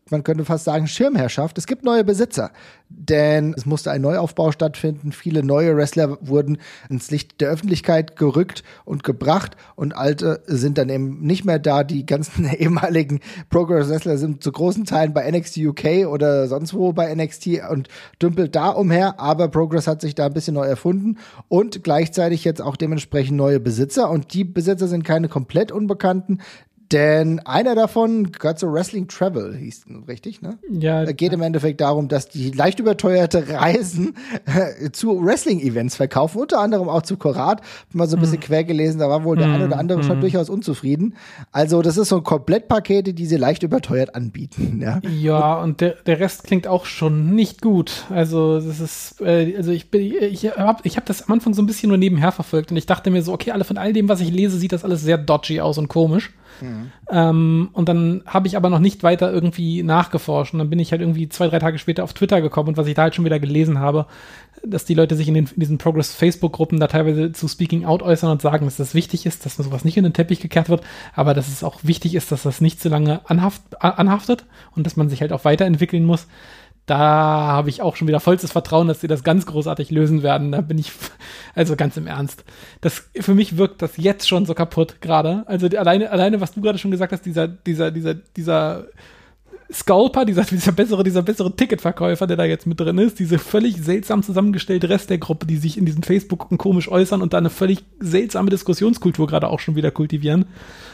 man könnte fast sagen, Schirmherrschaft. Es gibt neue Besitzer, denn es musste ein Neuaufbau stattfinden. Viele neue Wrestler wurden ins Licht der Öffentlichkeit gerückt und gebracht und alte sind dann eben nicht mehr da. Die ganzen ehemaligen Progress-Wrestler sind zu großen Teilen bei N X T U K oder sonst wo bei N X T und dümpelt da umher, aber Progress hat sich da ein bisschen neu erfunden und gleichzeitig jetzt auch dementsprechend neue Besitzer und die Besitzer sind keine komplett Unbekannten. Denn einer davon gehört zu Wrestling Travel, hieß richtig, ne? Ja. Geht im Endeffekt darum, dass die leicht überteuerte Reisen äh, zu Wrestling-Events verkaufen, unter anderem auch zu Karat. Hab mal so ein bisschen mm. quer gelesen, da war wohl der mm. eine oder andere mm. schon durchaus unzufrieden. Also das ist so ein Komplettpaket, die sie leicht überteuert anbieten. Ja, ja und der, der Rest klingt auch schon nicht gut. Also das ist, äh, also ich bin, ich habe ich hab das am Anfang so ein bisschen nur nebenher verfolgt und ich dachte mir so, okay, alle von all dem, was ich lese, sieht das alles sehr dodgy aus und komisch. Mhm. Ähm, und dann habe ich aber noch nicht weiter irgendwie nachgeforscht und dann bin ich halt irgendwie zwei, drei Tage später auf Twitter gekommen und was ich da halt schon wieder gelesen habe, dass die Leute sich in, den, in diesen Progress-Facebook-Gruppen da teilweise zu Speaking Out äußern und sagen, dass das wichtig ist, dass sowas nicht in den Teppich gekehrt wird, aber dass es auch wichtig ist, dass das nicht zu lange anhaft, anhaftet und dass man sich halt auch weiterentwickeln muss. Da habe ich auch schon wieder vollstes Vertrauen, dass sie das ganz großartig lösen werden. Da bin ich, also ganz im Ernst. Das, für mich wirkt das jetzt schon so kaputt gerade. Also die, alleine, alleine, was du gerade schon gesagt hast, dieser, dieser, dieser, dieser Scalper, dieser, dieser bessere, dieser bessere Ticketverkäufer, der da jetzt mit drin ist, diese völlig seltsam zusammengestellte Rest der Gruppe, die sich in diesen Facebook-Gruppen komisch äußern und da eine völlig seltsame Diskussionskultur gerade auch schon wieder kultivieren.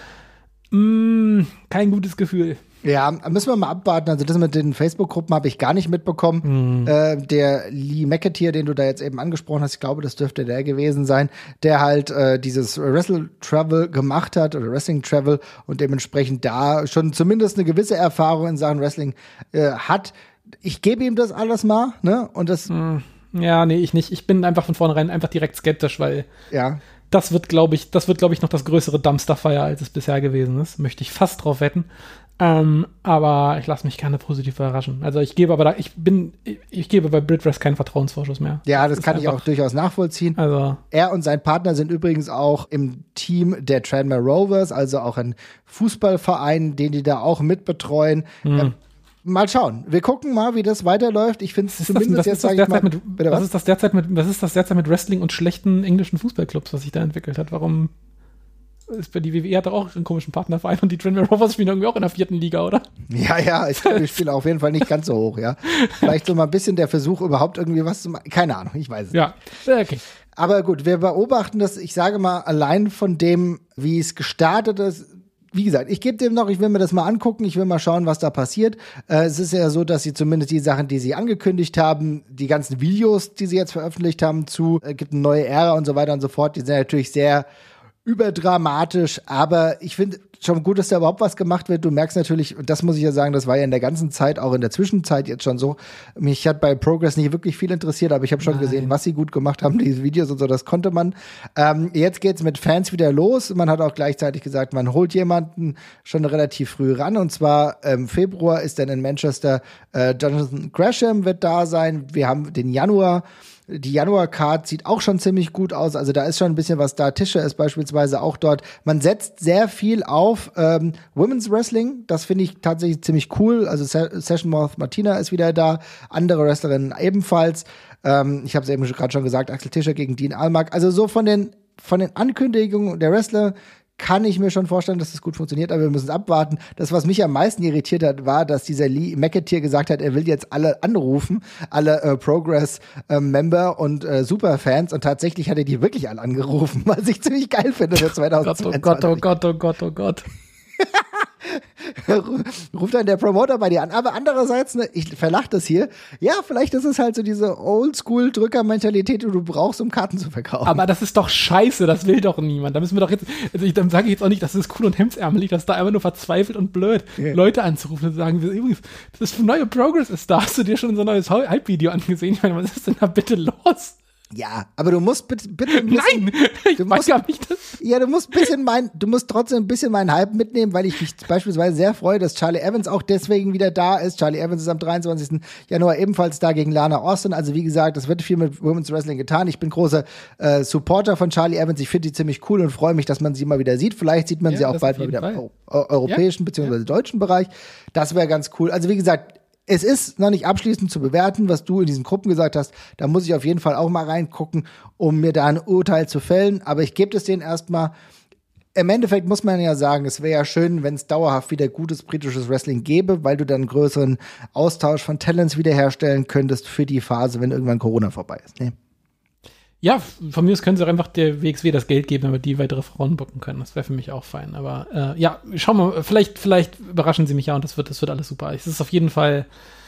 Mm, kein gutes Gefühl. Ja, müssen wir mal abwarten. Also das mit den Facebook-Gruppen habe ich gar nicht mitbekommen. Mhm. Äh, der Lee McAteer, den du da jetzt eben angesprochen hast, ich glaube, das dürfte der gewesen sein, der halt äh, dieses Wrestle Travel gemacht hat oder Wrestling Travel und dementsprechend da schon zumindest eine gewisse Erfahrung in Sachen Wrestling äh, hat. Ich gebe ihm das alles mal, ne? Und das. Mhm. Ja, nee, ich nicht. Ich bin einfach von vornherein einfach direkt skeptisch, weil ja. das wird, glaube ich, das wird, glaube ich, noch das größere Dumpsterfire, als es bisher gewesen ist. Möchte ich fast drauf wetten. Ähm, aber ich lasse mich gerne positiv überraschen. Also ich gebe aber da, ich bin, ich, ich gebe bei Britwrest keinen Vertrauensvorschuss mehr. Ja, das, das kann ich auch durchaus nachvollziehen. Also er und sein Partner sind übrigens auch im Team der Tranmere Rovers, also auch ein Fußballverein, den die da auch mitbetreuen. Hm. Ähm, mal schauen. Wir gucken mal, wie das weiterläuft. Ich finde es zumindest das, jetzt, sage ich mal, mit, was, was ist das derzeit mit, was ist das derzeit mit Wrestling und schlechten englischen Fußballclubs, was sich da entwickelt hat? Warum ist bei die W W E hat doch auch einen komischen Partnerverein und die Tranmere Rovers spielen irgendwie auch in der vierten Liga, oder? Ja, ja, ich glaube, die spielen auf jeden Fall nicht ganz so hoch, ja. Vielleicht so mal ein bisschen der Versuch, überhaupt irgendwie was zu machen. Keine Ahnung, ich weiß es ja. nicht. Ja, okay. Aber gut, wir beobachten das, ich sage mal, allein von dem, wie es gestartet ist. Wie gesagt, ich gebe dem noch, ich will mir das mal angucken, ich will mal schauen, was da passiert. Äh, es ist ja so, dass sie zumindest die Sachen, die sie angekündigt haben, die ganzen Videos, die sie jetzt veröffentlicht haben, zu, äh, gibt eine neue Ära und so weiter und so fort, die sind natürlich sehr überdramatisch, aber ich finde schon gut, dass da überhaupt was gemacht wird. Du merkst natürlich, und das muss ich ja sagen, das war ja in der ganzen Zeit, auch in der Zwischenzeit jetzt schon so, mich hat bei Progress nicht wirklich viel interessiert, aber ich habe schon Nein. gesehen, was sie gut gemacht haben, diese Videos und so, das konnte man. Ähm, jetzt geht's mit Fans wieder los. Man hat auch gleichzeitig gesagt, man holt jemanden schon relativ früh ran, und zwar im Februar ist dann in Manchester äh, Jonathan Gresham wird da sein. Wir haben den Januar. Die Januar-Card sieht auch schon ziemlich gut aus, also da ist schon ein bisschen was da. Tischer ist beispielsweise auch dort. Man setzt sehr viel auf ähm, Women's Wrestling, das finde ich tatsächlich ziemlich cool. Also Se- Session Moth Martina ist wieder da, andere Wrestlerinnen ebenfalls. Ähm, ich habe es eben gerade schon gesagt, Axel Tischer gegen Dean Almark. Also so von den von den Ankündigungen der Wrestler kann ich mir schon vorstellen, dass das gut funktioniert, aber wir müssen es abwarten. Das, was mich am meisten irritiert hat, war, dass dieser Lee McAteer gesagt hat, er will jetzt alle anrufen, alle äh, Progress-Member äh, und äh, Superfans, und tatsächlich hat er die wirklich alle angerufen, was ich ziemlich geil finde für zweitausendzweiundzwanzig. Oh Gott, oh Gott, oh Gott, oh Gott. Ruft dann der Promoter bei dir an. Aber andererseits, ne, ich verlache das hier, ja, vielleicht ist es halt so diese Oldschool-Drücker-Mentalität, die du brauchst, um Karten zu verkaufen. Aber das ist doch scheiße, das will doch niemand. Da müssen wir doch jetzt, also ich, dann sage ich jetzt auch nicht, das ist cool und hemdsärmelig, das ist da einfach nur verzweifelt und blöd, yeah. Leute anzurufen und zu sagen, übrigens, das neue Progress ist da, hast du dir schon so ein neues Hype-Video angesehen? Ich meine, was ist denn da bitte los? Ja, aber du musst bitte, bitte ein bisschen, Nein, ich du weiß musst, gar nicht. Das. Ja, du musst ein bisschen mein, du musst trotzdem ein bisschen meinen Hype mitnehmen, weil ich mich beispielsweise sehr freue, dass Charlie Evans auch deswegen wieder da ist. Charlie Evans ist am dreiundzwanzigsten Januar ebenfalls da gegen Lana Austin. Also wie gesagt, es wird viel mit Women's Wrestling getan. Ich bin großer äh, Supporter von Charlie Evans. Ich finde die ziemlich cool und freue mich, dass man sie mal wieder sieht. Vielleicht sieht man ja, sie auch bald mal wieder Fall. im europäischen ja, bzw. Ja. deutschen Bereich. Das wäre ganz cool. Also wie gesagt, es ist noch nicht abschließend zu bewerten, was du in diesen Gruppen gesagt hast. Da muss ich auf jeden Fall auch mal reingucken, um mir da ein Urteil zu fällen. Aber ich gebe es denen erstmal. Im Endeffekt muss man ja sagen, es wäre ja schön, wenn es dauerhaft wieder gutes britisches Wrestling gäbe, weil du dann einen größeren Austausch von Talents wiederherstellen könntest für die Phase, wenn irgendwann Corona vorbei ist. Nee. Ja, von mir aus können sie auch einfach der W X W das Geld geben, damit die weitere Frauen bucken können. Das wäre für mich auch fein. Aber äh, ja, schauen wir mal, vielleicht, vielleicht überraschen sie mich ja und das wird, das wird alles super. Es ist auf jeden Fall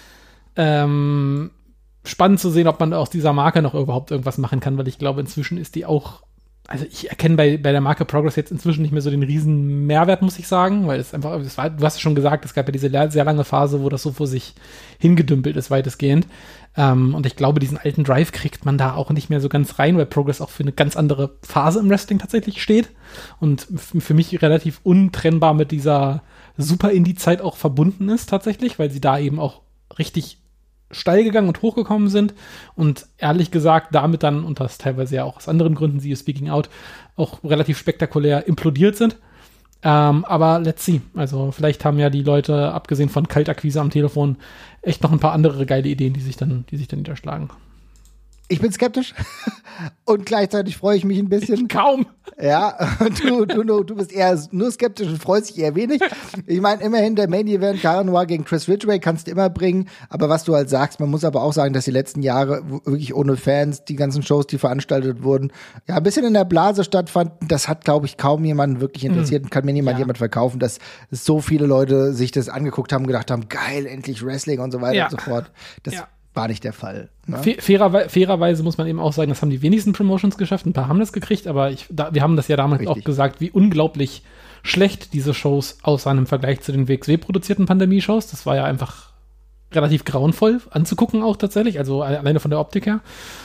ähm, spannend zu sehen, ob man aus dieser Marke noch überhaupt irgendwas machen kann, weil ich glaube, inzwischen ist die auch, also ich erkenne bei, bei der Marke Progress jetzt inzwischen nicht mehr so den riesen Mehrwert, muss ich sagen, weil es einfach, es war, du hast es schon gesagt, es gab ja diese sehr lange Phase, wo das so vor sich hingedümpelt ist, weitestgehend. Ähm, und ich glaube, diesen alten Drive kriegt man da auch nicht mehr so ganz rein, weil Progress auch für eine ganz andere Phase im Wrestling tatsächlich steht und f- für mich relativ untrennbar mit dieser Super-Indie-Zeit auch verbunden ist tatsächlich, weil sie da eben auch richtig steil gegangen und hochgekommen sind und ehrlich gesagt damit dann, und das teilweise ja auch aus anderen Gründen, sie Speaking Out, auch relativ spektakulär implodiert sind. Ähm, aber let's see. Also vielleicht haben ja die Leute, abgesehen von Kaltakquise am Telefon, echt noch ein paar andere geile Ideen, die sich dann, die sich dann niederschlagen. Ich bin skeptisch und gleichzeitig freue ich mich ein bisschen. Ich kaum. Ja, du, du, du bist eher nur skeptisch und freust dich eher wenig. Ich meine, immerhin der Main Event, Cara Noir gegen Chris Ridgway kannst du immer bringen. Aber was du halt sagst, man muss aber auch sagen, dass die letzten Jahre wirklich ohne Fans, die ganzen Shows, die veranstaltet wurden, ja, ein bisschen in der Blase stattfanden. Das hat, glaube ich, kaum jemanden wirklich interessiert. Mhm. Kann mir niemand ja. jemand verkaufen, dass so viele Leute sich das angeguckt haben, gedacht haben, geil, endlich Wrestling und so weiter ja. und so fort. Das ja. war nicht der Fall. Ne? Fairer, fairerweise muss man eben auch sagen, das haben die wenigsten Promotions geschafft. Ein paar haben das gekriegt, aber ich, da, wir haben das ja damals Richtig. auch gesagt, wie unglaublich schlecht diese Shows aussahen im Vergleich zu den W X W-produzierten Pandemie-Shows. Das war ja einfach relativ grauenvoll anzugucken auch tatsächlich, also alleine von der Optik her.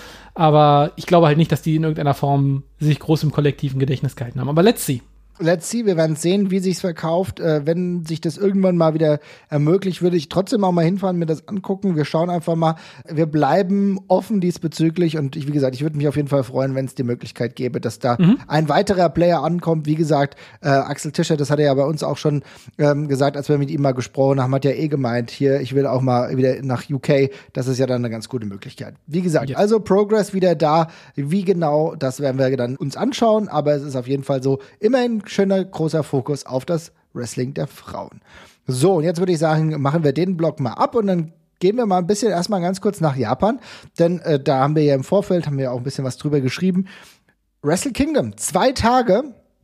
Aber ich glaube halt nicht, dass die in irgendeiner Form sich groß im kollektiven Gedächtnis gehalten haben. Aber let's see. Let's see, wir werden sehen, wie sich's verkauft. Äh, wenn sich das irgendwann mal wieder ermöglicht, würde ich trotzdem auch mal hinfahren, mir das angucken. Wir schauen einfach mal. Wir bleiben offen diesbezüglich und ich, wie gesagt, ich würde mich auf jeden Fall freuen, wenn es die Möglichkeit gäbe, dass da mhm. ein weiterer Player ankommt. Wie gesagt, äh, Axel Tischer, das hat er ja bei uns auch schon ähm, gesagt, als wir mit ihm mal gesprochen haben, hat ja eh gemeint, hier, ich will auch mal wieder nach U K. Das ist ja dann eine ganz gute Möglichkeit. Wie gesagt, yes. also Progress wieder da. Wie genau, das werden wir dann uns anschauen, aber es ist auf jeden Fall so, immerhin schöner, großer Fokus auf das Wrestling der Frauen. So, und jetzt würde ich sagen, machen wir den Block mal ab und dann gehen wir mal ein bisschen erstmal ganz kurz nach Japan, denn äh, da haben wir ja im Vorfeld, haben wir ja auch ein bisschen was drüber geschrieben. Wrestle Kingdom, zwei Tage,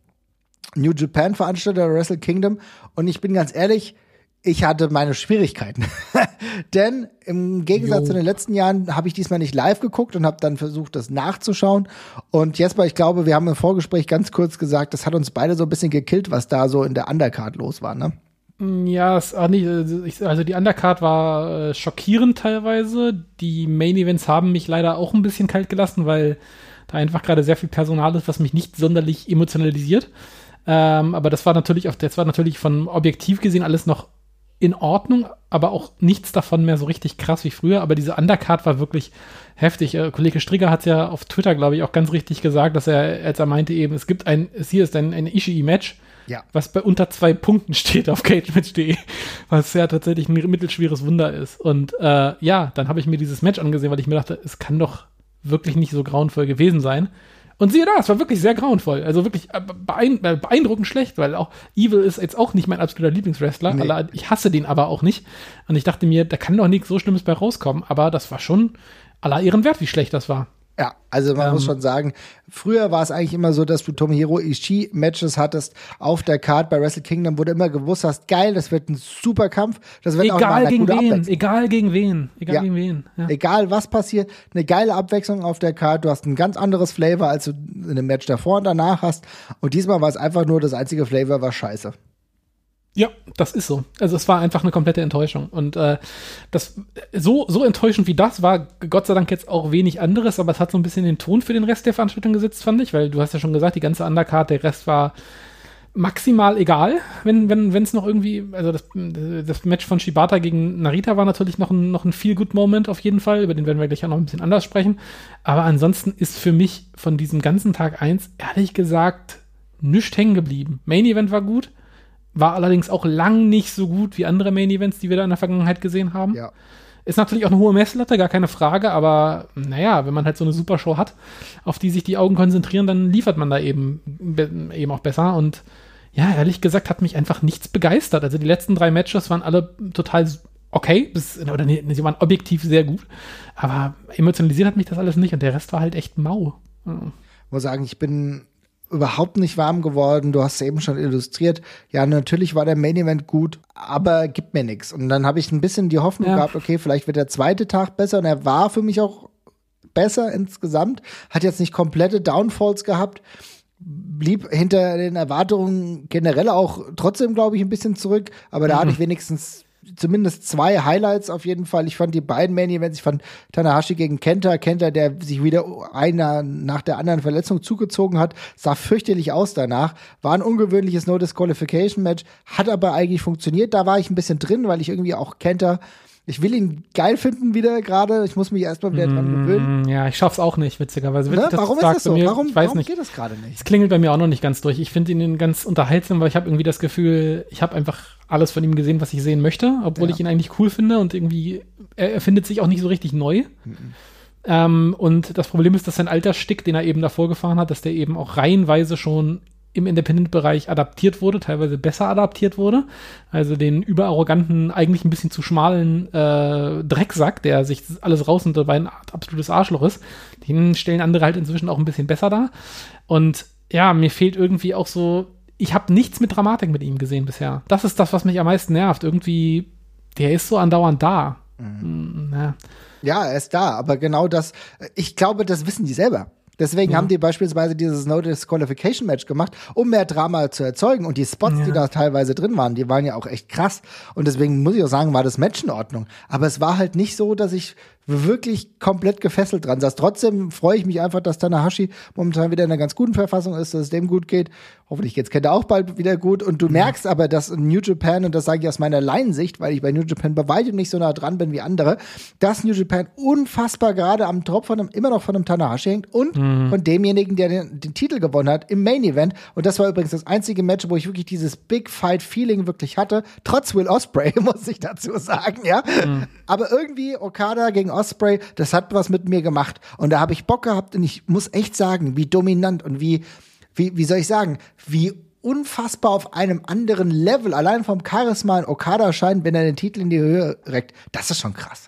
New Japan Veranstalter Wrestle Kingdom und ich bin ganz ehrlich, ich hatte meine Schwierigkeiten. Denn im Gegensatz jo. zu den letzten Jahren habe ich diesmal nicht live geguckt und habe dann versucht, das nachzuschauen. Und Jesper, ich glaube, wir haben im Vorgespräch ganz kurz gesagt, das hat uns beide so ein bisschen gekillt, was da so in der Undercard los war, ne? Ja, es, ach nicht, also die Undercard war äh, schockierend teilweise. Die Main Events haben mich leider auch ein bisschen kalt gelassen, weil da einfach gerade sehr viel Personal ist, was mich nicht sonderlich emotionalisiert. Ähm, aber das war natürlich auch, das war natürlich von objektiv gesehen alles noch in Ordnung, aber auch nichts davon mehr so richtig krass wie früher. Aber diese Undercard war wirklich heftig. Äh, Kollege Strigger hat ja auf Twitter, glaube ich, auch ganz richtig gesagt, dass er, als er meinte eben, es gibt ein, es hier ist ein, ein Ishii-Match, ja. was bei unter zwei Punkten steht auf cagematch punkt de, was ja tatsächlich ein mittelschweres Wunder ist. Und äh, ja, dann habe ich mir dieses Match angesehen, weil ich mir dachte, es kann doch wirklich nicht so grauenvoll gewesen sein. Und siehe da, es war wirklich sehr grauenvoll. Also wirklich beeindruckend schlecht, weil auch Evil ist jetzt auch nicht mein absoluter Lieblingswrestler. Nee. Ich hasse den aber auch nicht. Und ich dachte mir, da kann doch nichts so Schlimmes bei rauskommen. Aber das war schon aller Ehren wert, wie schlecht das war. Ja, also man ähm, muss schon sagen, früher war es eigentlich immer so, dass du Tomohiro Ishii-Matches hattest auf der Card bei Wrestle Kingdom, wo du immer gewusst hast, geil, das wird ein super Kampf, das wird egal auch mal eine gegen gute wen, Abwechslung. Egal gegen wen, egal ja. gegen wen. Ja. Egal was passiert, eine geile Abwechslung auf der Card, du hast ein ganz anderes Flavor, als du in dem Match davor und danach hast und diesmal war es einfach nur, das einzige Flavor war scheiße. Ja, das ist so. Also es war einfach eine komplette Enttäuschung. Und äh, das so, so enttäuschend wie das war Gott sei Dank jetzt auch wenig anderes, aber es hat so ein bisschen den Ton für den Rest der Veranstaltung gesetzt, fand ich, weil du hast ja schon gesagt, die ganze Undercard, der Rest war maximal egal, wenn wenn wenn es noch irgendwie, also das, das Match von Shibata gegen Narita war natürlich noch ein, noch ein Feel-Good-Moment auf jeden Fall, über den werden wir gleich auch noch ein bisschen anders sprechen, aber ansonsten ist für mich von diesem ganzen Tag eins ehrlich gesagt nichts hängen geblieben. Main-Event war gut, war allerdings auch lang nicht so gut wie andere Main-Events, die wir da in der Vergangenheit gesehen haben. Ja. Ist natürlich auch eine hohe Messlatte, gar keine Frage, aber naja, wenn man halt so eine super Show hat, auf die sich die Augen konzentrieren, dann liefert man da eben, eben auch besser. Und ja, ehrlich gesagt hat mich einfach nichts begeistert. Also die letzten drei Matches waren alle total okay, bis, oder nee, sie waren objektiv sehr gut, aber emotionalisiert hat mich das alles nicht und der Rest war halt echt mau. Ja. Ich muss sagen, ich bin überhaupt nicht warm geworden. Du hast es eben schon illustriert. Ja, natürlich war der Main Event gut, aber gibt mir nichts. Und dann habe ich ein bisschen die Hoffnung ja. gehabt, okay, vielleicht wird der zweite Tag besser. Und er war für mich auch besser insgesamt. Hat jetzt nicht komplette Downfalls gehabt. Blieb hinter den Erwartungen generell auch trotzdem, glaube ich, ein bisschen zurück. Aber da mhm. hatte ich wenigstens zumindest zwei Highlights auf jeden Fall. Ich fand die beiden Main Events, ich fand Tanahashi gegen Kenta, Kenta, der sich wieder einer nach der anderen Verletzung zugezogen hat, sah fürchterlich aus danach, war ein ungewöhnliches No-Disqualification-Match, hat aber eigentlich funktioniert, da war ich ein bisschen drin, weil ich irgendwie auch Kenta, ich will ihn geil finden wieder gerade, ich muss mich erstmal wieder dran gewöhnen. Ja, ich schaff's auch nicht, witzigerweise. Ne? Warum ist das so? Mir, warum ich weiß warum nicht. geht das gerade nicht? Es klingelt bei mir auch noch nicht ganz durch. Ich finde ihn ganz unterhaltsam, weil ich habe irgendwie das Gefühl, ich habe einfach alles von ihm gesehen, was ich sehen möchte, obwohl ja. ich ihn eigentlich cool finde und irgendwie, er erfindet sich auch nicht so richtig neu. Mhm. Ähm, und das Problem ist, dass sein alter Stick, den er eben davor gefahren hat, dass der eben auch reihenweise schon im Independent-Bereich adaptiert wurde, teilweise besser adaptiert wurde. Also den überarroganten, eigentlich ein bisschen zu schmalen äh, Drecksack, der sich alles raus und dabei ein absolutes Arschloch ist, den stellen andere halt inzwischen auch ein bisschen besser dar. Und ja, mir fehlt irgendwie auch so, ich habe nichts mit Dramatik mit ihm gesehen bisher. Das ist das, was mich am meisten nervt. Irgendwie, der ist so andauernd da. Mhm. Ja. ja, er ist da, aber genau das, ich glaube, das wissen die selber. Deswegen ja. haben die beispielsweise dieses No-Disqualification-Match gemacht, um mehr Drama zu erzeugen. Und die Spots, ja. die da teilweise drin waren, die waren ja auch echt krass. Und deswegen muss ich auch sagen, war das Match in Ordnung. Aber es war halt nicht so, dass ich wirklich komplett gefesselt dran saß. Trotzdem freue ich mich einfach, dass Tanahashi momentan wieder in einer ganz guten Verfassung ist, dass es dem gut geht. Hoffentlich geht's Kenta auch bald wieder gut. Und du mhm. merkst aber, dass New Japan, und das sage ich aus meiner Laiensicht, weil ich bei New Japan bei weitem nicht so nah dran bin wie andere, dass New Japan unfassbar gerade am Top von einem, immer noch von einem Tanahashi hängt und mhm. von demjenigen, der den, den Titel gewonnen hat im Main Event. Und das war übrigens das einzige Match, wo ich wirklich dieses Big Fight Feeling wirklich hatte. Trotz Will Ospreay, muss ich dazu sagen, ja. Mhm. Aber irgendwie Okada gegen Ospreay, das hat was mit mir gemacht. Und da habe ich Bock gehabt und ich muss echt sagen, wie dominant und wie, wie, wie soll ich sagen, wie unfassbar auf einem anderen Level, allein vom Charisma in Okada erscheint, wenn er den Titel in die Höhe reckt. Das ist schon krass.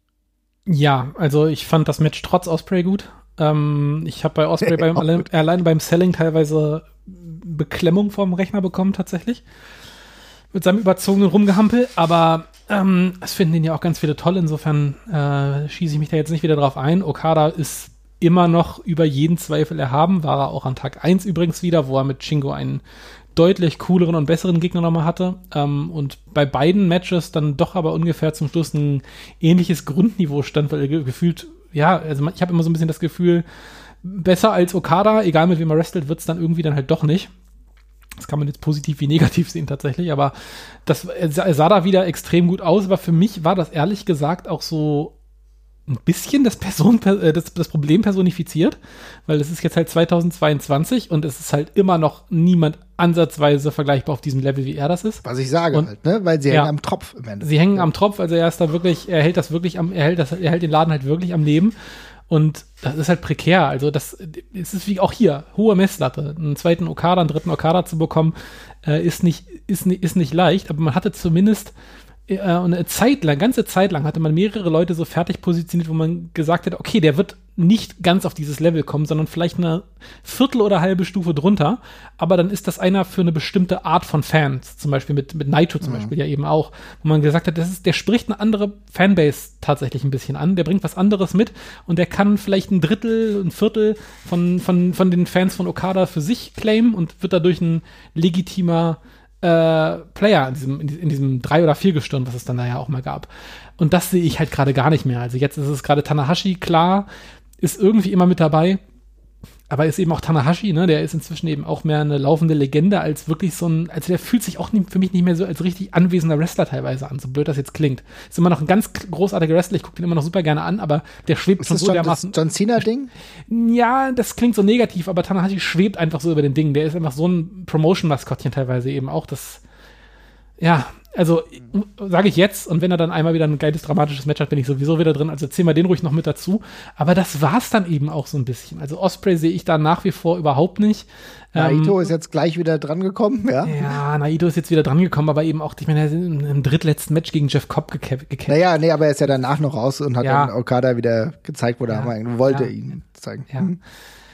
Ja, also ich fand das Match trotz Ospreay gut. Ähm, ich habe bei Ospreay beim, allein, allein beim Selling teilweise Beklemmung vom Rechner bekommen, tatsächlich. Mit seinem überzogenen Rumgehampel, aber ähm, es finden ihn ja auch ganz viele toll, insofern äh, schieße ich mich da jetzt nicht wieder drauf ein. Okada ist immer noch über jeden Zweifel erhaben, war er auch an Tag eins übrigens wieder, wo er mit Shingo einen deutlich cooleren und besseren Gegner nochmal hatte ähm, und bei beiden Matches dann doch aber ungefähr zum Schluss ein ähnliches Grundniveau stand, weil er ge- gefühlt, ja, also ich habe immer so ein bisschen das Gefühl, besser als Okada, egal mit wem er wrestelt, wird es dann irgendwie dann halt doch nicht. Das kann man jetzt positiv wie negativ sehen tatsächlich, aber das er sah da wieder extrem gut aus, aber für mich war das ehrlich gesagt auch so ein bisschen das, Person, das, das Problem personifiziert, weil es ist jetzt halt zweitausendzweiundzwanzig und es ist halt immer noch niemand ansatzweise vergleichbar auf diesem Level, wie er das ist. Was ich sage und, halt, ne? Weil sie ja, hängen am Tropf im Endeffekt. Sie hängen am Tropf, also er ist da wirklich, er hält das wirklich am, er hält das, er hält den Laden halt wirklich am Leben. Und das ist halt prekär. Also das es ist wie auch hier, hohe Messlatte. Einen zweiten Okada, einen dritten Okada zu bekommen, äh, ist nicht, ist, ist nicht leicht, aber man hatte zumindest äh, eine Zeit lang, ganze Zeit lang hatte man mehrere Leute so fertig positioniert, wo man gesagt hat, okay, der wird nicht ganz auf dieses Level kommen, sondern vielleicht eine Viertel oder halbe Stufe drunter, aber dann ist das einer für eine bestimmte Art von Fans, zum Beispiel mit, mit Naito zum mhm. Beispiel ja eben auch, wo man gesagt hat, das ist, der spricht eine andere Fanbase tatsächlich ein bisschen an, der bringt was anderes mit und der kann vielleicht ein Drittel, ein Viertel von, von, von den Fans von Okada für sich claimen und wird dadurch ein legitimer äh, Player in diesem, in, in diesem drei oder vier Gestirn, was es dann da ja auch mal gab. Und das sehe ich halt gerade gar nicht mehr. Also jetzt ist es gerade Tanahashi, klar, ist irgendwie immer mit dabei. Aber ist eben auch Tanahashi, ne? Der ist inzwischen eben auch mehr eine laufende Legende als wirklich so ein, also der fühlt sich auch nicht, für mich nicht mehr so als richtig anwesender Wrestler teilweise an, so blöd das jetzt klingt. Ist immer noch ein ganz großartiger Wrestler, ich gucke den immer noch super gerne an, aber der schwebt ist schon das so schon dermaßen. Das John Cena-Ding? Ja, das klingt so negativ, aber Tanahashi schwebt einfach so über den Ding. Der ist einfach so ein Promotion-Maskottchen teilweise eben auch, das, ja, also sage ich jetzt, und wenn er dann einmal wieder ein geiles, dramatisches Match hat, bin ich sowieso wieder drin, also zählen wir den ruhig noch mit dazu, aber das war's dann eben auch so ein bisschen. Also Ospreay sehe ich da nach wie vor überhaupt nicht. Naito ähm, ist jetzt gleich wieder dran gekommen, ja? Ja, Naito ist jetzt wieder dran gekommen, aber eben auch, ich meine, er ist im drittletzten Match gegen Jeff Cobb gekämpft. Naja, nee, aber er ist ja danach noch raus und hat ja. dann Okada wieder gezeigt, wo er ja. wollte ja. ihn zeigen. Ja. Hm.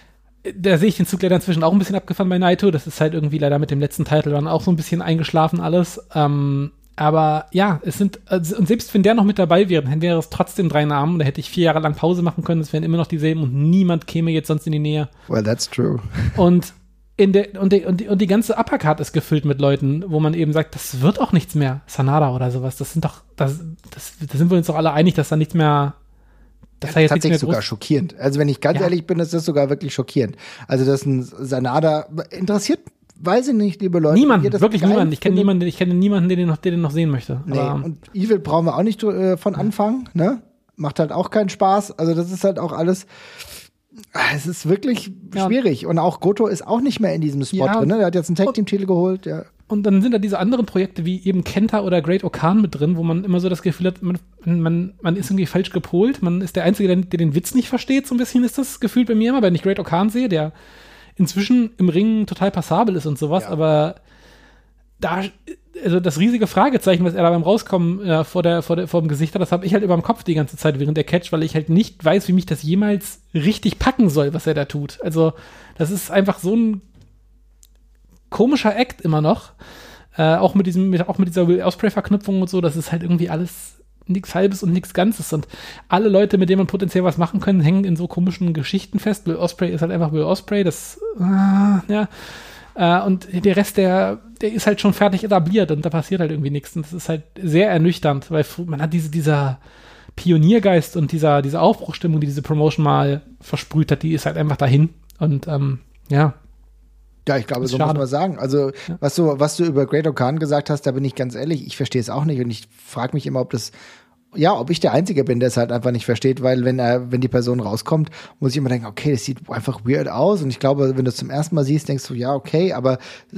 Da sehe ich den Zug leider inzwischen auch ein bisschen abgefahren bei Naito. Das ist halt irgendwie leider mit dem letzten Title dann auch so ein bisschen eingeschlafen alles. Ähm, aber ja, es sind, also, und selbst wenn der noch mit dabei wäre, dann wäre es trotzdem drei Namen. Da hätte ich vier Jahre lang Pause machen können. Es wären immer noch dieselben und niemand käme jetzt sonst in die Nähe. Well, that's true. Und in der, und, die, und, die, und die ganze Uppercard ist gefüllt mit Leuten, wo man eben sagt, das wird auch nichts mehr. Sanada oder sowas. Das sind doch, das, das, da sind wir uns doch alle einig, dass da nichts mehr. Das ist tatsächlich sogar schockierend. Also wenn ich ganz ja. ehrlich bin, ist das sogar wirklich schockierend. Also dass ein Sanada interessiert, weiß ich nicht, liebe Leute. Niemand, wirklich niemand. Ich kenne niemanden, ich kenne niemanden, der den noch, der den noch sehen möchte. Nee, aber, und Evil brauchen wir auch nicht äh, von Anfang, ne? Macht halt auch keinen Spaß. Also das ist halt auch alles, es ist wirklich ja. schwierig. Und auch Goto ist auch nicht mehr in diesem Spot ja. drin, ne? Der hat jetzt einen Tag-Team-Titel geholt, ja. Und dann sind da diese anderen Projekte wie eben Kenta oder Great Okan mit drin, wo man immer so das Gefühl hat, man, man, man ist irgendwie falsch gepolt. Man ist der Einzige, der, der den Witz nicht versteht. So ein bisschen ist das Gefühl bei mir immer, wenn ich Great Okan sehe, der inzwischen im Ring total passabel ist und sowas. Ja. Aber da, also das riesige Fragezeichen, was er da beim Rauskommen äh, vor, der, vor, der, vor dem Gesicht hat, das habe ich halt über dem Kopf die ganze Zeit während der Catch, weil ich halt nicht weiß, wie mich das jemals richtig packen soll, was er da tut. Also das ist einfach so ein komischer Act immer noch. Äh, auch mit diesem, mit, auch mit dieser Will Ospreay-Verknüpfung und so, das ist halt irgendwie alles nichts Halbes und nichts Ganzes. Und alle Leute, mit denen man potenziell was machen können, hängen in so komischen Geschichten fest. Will Ospreay ist halt einfach Will Ospreay, das, äh, ja. Äh, und der Rest, der, der ist halt schon fertig etabliert und da passiert halt irgendwie nichts. Und das ist halt sehr ernüchternd, weil man hat diese, dieser Pioniergeist und dieser, diese Aufbruchstimmung, die diese Promotion mal versprüht hat, die ist halt einfach dahin. Und, ähm, ja. Ja, ich glaube, so schade. Muss man sagen. Also, ja. was du, was du über Great Okan gesagt hast, da bin ich ganz ehrlich, ich verstehe es auch nicht und ich frage mich immer, ob das, ja, ob ich der Einzige bin, der es halt einfach nicht versteht, weil wenn er, wenn die Person rauskommt, muss ich immer denken, okay, das sieht einfach weird aus und ich glaube, wenn du es zum ersten Mal siehst, denkst du, ja, okay, aber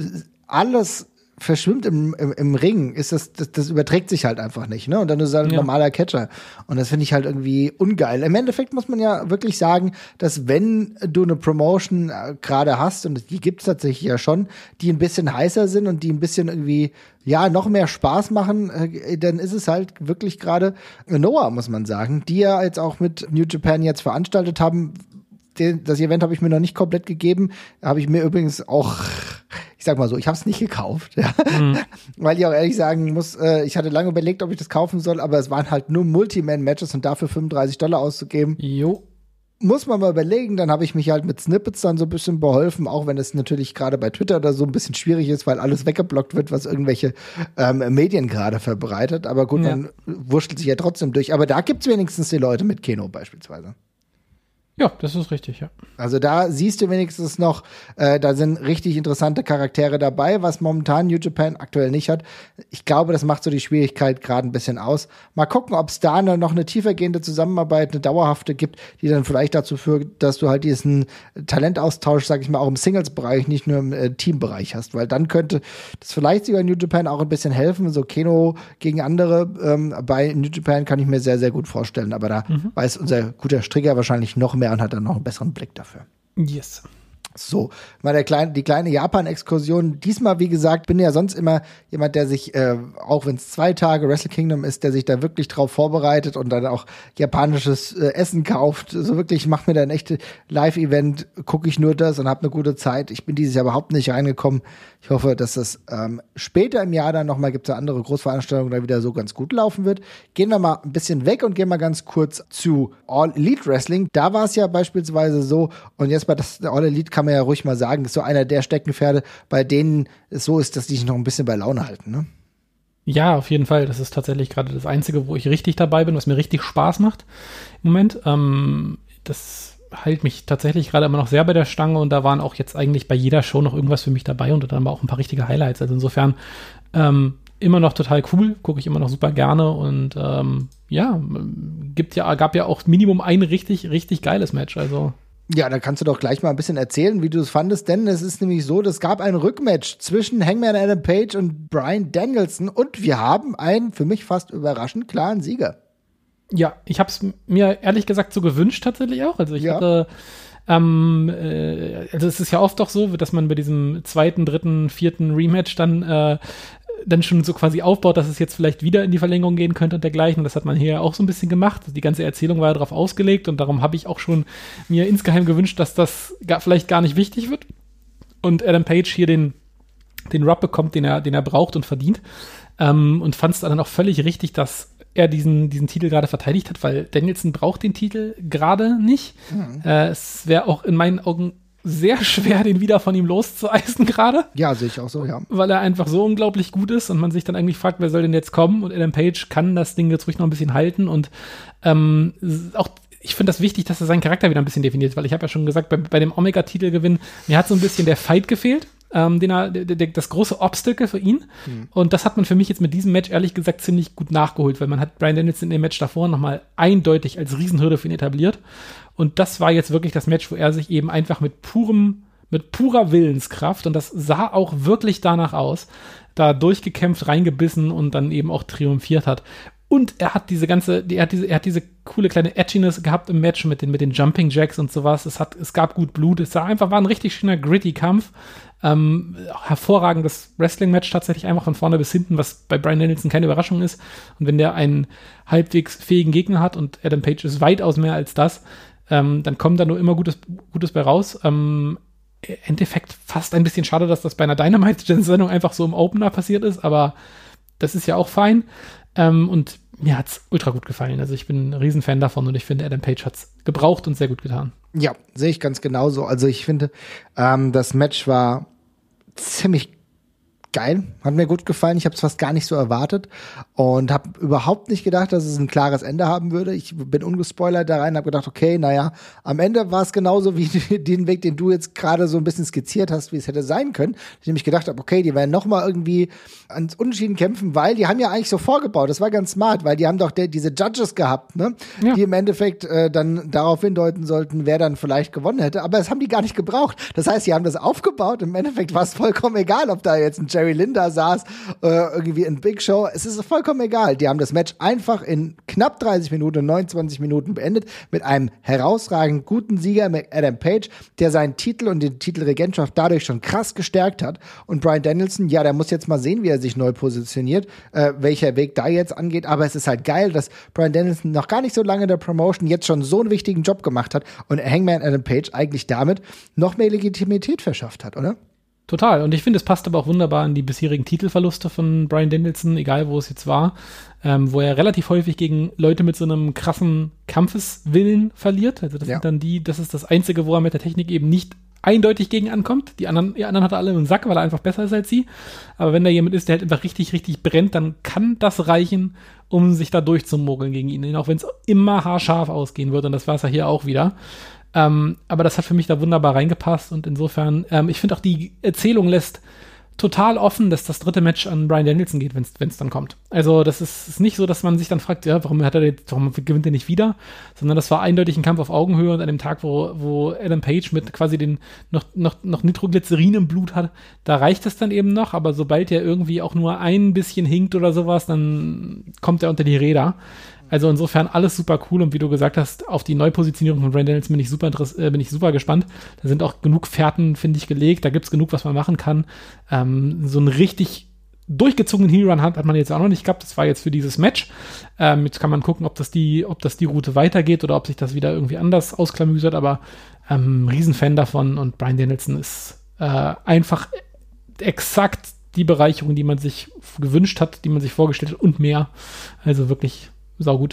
alles verschwimmt im, im, im Ring, ist das, das, das überträgt sich halt einfach nicht, ne? Und dann ist er ein ja. normaler Catcher. Und das finde ich halt irgendwie ungeil. Im Endeffekt muss man ja wirklich sagen, dass wenn du eine Promotion äh, gerade hast, und die gibt's tatsächlich ja schon, die ein bisschen heißer sind und die ein bisschen irgendwie, ja, noch mehr Spaß machen, äh, dann ist es halt wirklich gerade Noah, muss man sagen, die ja jetzt auch mit New Japan jetzt veranstaltet haben. Den, das Event habe ich mir noch nicht komplett gegeben. Habe ich mir übrigens auch, ich sag mal so, ich habe es nicht gekauft. Ja. Mhm. Weil ich auch ehrlich sagen muss, äh, ich hatte lange überlegt, ob ich das kaufen soll, aber es waren halt nur Multi-Man-Matches und dafür fünfunddreißig Dollar auszugeben. Jo. Muss man mal überlegen, dann habe ich mich halt mit Snippets dann so ein bisschen beholfen, auch wenn es natürlich gerade bei Twitter oder so ein bisschen schwierig ist, weil alles weggeblockt wird, was irgendwelche ähm, Medien gerade verbreitet. Aber gut, ja. man wurschtelt sich ja trotzdem durch. Aber da gibt's wenigstens die Leute mit Keno beispielsweise. Ja, das ist richtig, ja. Also da siehst du wenigstens noch, äh, da sind richtig interessante Charaktere dabei, was momentan New Japan aktuell nicht hat. Ich glaube, das macht so die Schwierigkeit gerade ein bisschen aus. Mal gucken, ob es da noch eine tiefergehende Zusammenarbeit, eine dauerhafte gibt, die dann vielleicht dazu führt, dass du halt diesen Talentaustausch, sag ich mal, auch im Singles-Bereich, nicht nur im äh, Teambereich hast, weil dann könnte das vielleicht sogar New Japan auch ein bisschen helfen, so Keno gegen andere. Ähm, bei New Japan kann ich mir sehr, sehr gut vorstellen, aber da mhm. weiß unser guter Strigger wahrscheinlich noch mehr und hat dann noch einen besseren Blick dafür. Yes. So, mal der kleine, die kleine Japan-Exkursion. Diesmal, wie gesagt, bin ja sonst immer jemand, der sich, äh, auch wenn es zwei Tage Wrestle Kingdom ist, der sich da wirklich drauf vorbereitet und dann auch japanisches äh, Essen kauft. So wirklich, macht mir da ein echtes Live-Event, gucke ich nur das und habe eine gute Zeit. Ich bin dieses Jahr überhaupt nicht reingekommen. Ich hoffe, dass das ähm, später im Jahr dann nochmal, gibt es ja andere Großveranstaltungen, da wieder so ganz gut laufen wird. Gehen wir mal ein bisschen weg und gehen mal ganz kurz zu All Elite Wrestling. Da war es ja beispielsweise so, und jetzt bei das All Elite kann kann man ja ruhig mal sagen, ist so einer der Steckenpferde, bei denen es so ist, dass die sich noch ein bisschen bei Laune halten, ne? Ja, auf jeden Fall. Das ist tatsächlich gerade das Einzige, wo ich richtig dabei bin, was mir richtig Spaß macht im Moment. Ähm, das hält mich tatsächlich gerade immer noch sehr bei der Stange und da waren auch jetzt eigentlich bei jeder Show noch irgendwas für mich dabei und dann war auch ein paar richtige Highlights. Also insofern ähm, immer noch total cool, gucke ich immer noch super gerne und ähm, ja, gibt ja, gab ja auch Minimum ein richtig, richtig geiles Match. Also ja, da kannst du doch gleich mal ein bisschen erzählen, wie du es fandest, denn es ist nämlich so, es gab ein Rückmatch zwischen Hangman Adam Page und Bryan Danielson und wir haben einen für mich fast überraschend klaren Sieger. Ja, ich habe es mir ehrlich gesagt so gewünscht tatsächlich auch. Also ich ja. hatte, ähm, äh, also es ist ja oft doch so, dass man bei diesem zweiten, dritten, vierten Rematch dann äh, dann schon so quasi aufbaut, dass es jetzt vielleicht wieder in die Verlängerung gehen könnte und dergleichen. Und das hat man hier auch so ein bisschen gemacht. Die ganze Erzählung war ja darauf ausgelegt und darum habe ich auch schon mir insgeheim gewünscht, dass das gar, vielleicht gar nicht wichtig wird und Adam Page hier den, den Rub bekommt, den er, den er braucht und verdient. Ähm, und fand es dann auch völlig richtig, dass er diesen, diesen Titel gerade verteidigt hat, weil Danielson braucht den Titel gerade nicht. Mhm. Äh, es wäre auch in meinen Augen sehr schwer, den wieder von ihm loszueisen gerade. Ja, sehe ich auch so, ja. Weil er einfach so unglaublich gut ist und man sich dann eigentlich fragt, wer soll denn jetzt kommen? Und Adam Page kann das Ding jetzt ruhig noch ein bisschen halten und ähm, auch ich finde das wichtig, dass er seinen Charakter wieder ein bisschen definiert, weil ich habe ja schon gesagt, bei, bei dem Omega-Titelgewinn, mir hat so ein bisschen der Fight gefehlt. Ähm, den er, der, der, das große Obstacle für ihn. Hm. Und das hat man für mich jetzt mit diesem Match ehrlich gesagt ziemlich gut nachgeholt, weil man hat Bryan Danielson in dem Match davor nochmal eindeutig als Riesenhürde für ihn etabliert. Und das war jetzt wirklich das Match, wo er sich eben einfach mit purem, mit purer Willenskraft, und das sah auch wirklich danach aus, da durchgekämpft, reingebissen und dann eben auch triumphiert hat. Und er hat diese ganze, er hat diese, er hat diese coole kleine Edginess gehabt im Match mit den, mit den Jumping Jacks und sowas. Es hat, es gab gut Blut. Es sah einfach, war ein richtig schöner, gritty Kampf. Ähm, hervorragendes Wrestling-Match tatsächlich einfach von vorne bis hinten, was bei Bryan Danielson keine Überraschung ist. Und wenn der einen halbwegs fähigen Gegner hat und Adam Page ist weitaus mehr als das, ähm, dann kommt da nur immer Gutes, Gutes bei raus. Ähm, im Endeffekt fast ein bisschen schade, dass das bei einer Dynamite-Sendung einfach so im Opener passiert ist, aber das ist ja auch fein. Ähm, und mir hat's ultra gut gefallen. Also ich bin ein Riesenfan davon und ich finde, Adam Page hat's gebraucht und sehr gut getan. Ja, sehe ich ganz genauso. Also ich finde, ähm, das Match war ziemlich geil, hat mir gut gefallen. Ich habe es fast gar nicht so erwartet und habe überhaupt nicht gedacht, dass es ein klares Ende haben würde. Ich bin ungespoilert da rein, habe gedacht, okay, naja, am Ende war es genauso wie den Weg, den du jetzt gerade so ein bisschen skizziert hast, wie es hätte sein können. Ich nämlich gedacht habe, okay, die werden noch mal irgendwie ans Unentschieden kämpfen, weil die haben ja eigentlich so vorgebaut. Das war ganz smart, weil die haben doch de- diese Judges gehabt, ne, ja. die im Endeffekt äh, dann darauf hindeuten sollten, wer dann vielleicht gewonnen hätte. Aber das haben die gar nicht gebraucht. Das heißt, die haben das aufgebaut. Im Endeffekt war es vollkommen egal, ob da jetzt ein Jerry Linda saß, äh, irgendwie in Big Show. Es ist vollkommen egal. Die haben das Match einfach in knapp dreißig Minuten, neunundzwanzig Minuten beendet mit einem herausragend guten Sieger, mit Adam Page, der seinen Titel und die Titelregentschaft dadurch schon krass gestärkt hat. Und Bryan Danielson, ja, der muss jetzt mal sehen, wie er sich neu positioniert, äh, welcher Weg da jetzt angeht. Aber es ist halt geil, dass Bryan Danielson noch gar nicht so lange in der Promotion jetzt schon so einen wichtigen Job gemacht hat und Hangman Adam Page eigentlich damit noch mehr Legitimität verschafft hat, oder? Total. Und ich finde, es passt aber auch wunderbar in die bisherigen Titelverluste von Bryan Danielson, egal wo es jetzt war, ähm, wo er relativ häufig gegen Leute mit so einem krassen Kampfeswillen verliert. Also das ja. sind dann die, das ist das Einzige, wo er mit der Technik eben nicht eindeutig gegen ankommt. Die anderen, die anderen hat er alle im Sack, weil er einfach besser ist als sie. Aber wenn da jemand ist, der halt einfach richtig, richtig brennt, dann kann das reichen, um sich da durchzumogeln gegen ihn. Auch wenn es immer haarscharf ausgehen wird. Und das war es ja hier auch wieder. Ähm, aber das hat für mich da wunderbar reingepasst und insofern, ähm, ich finde auch, die Erzählung lässt total offen, dass das dritte Match an Bryan Danielson geht, wenn es dann kommt. Also das ist, ist nicht so, dass man sich dann fragt, ja, warum hat er jetzt, warum gewinnt er nicht wieder, sondern das war eindeutig ein Kampf auf Augenhöhe und an dem Tag, wo, wo Adam Page mit quasi den noch, noch, noch Nitroglycerin im Blut hat, da reicht es dann eben noch, aber sobald er irgendwie auch nur ein bisschen hinkt oder sowas, dann kommt er unter die Räder. Also insofern alles super cool und wie du gesagt hast, auf die Neupositionierung von Bryan Danielson bin ich super interess- äh, bin ich super gespannt. Da sind auch genug Fährten, finde ich, gelegt. Da gibt's genug, was man machen kann. Ähm, so einen richtig durchgezogenen Heel-Run hat, hat man jetzt auch noch nicht gehabt. Das war jetzt für dieses Match. Ähm, jetzt kann man gucken, ob das die, ob das die Route weitergeht oder ob sich das wieder irgendwie anders ausklamüsert. Aber ähm, Riesenfan davon und Bryan Danielson ist äh, einfach exakt die Bereicherung, die man sich gewünscht hat, die man sich vorgestellt hat und mehr. Also wirklich saugut.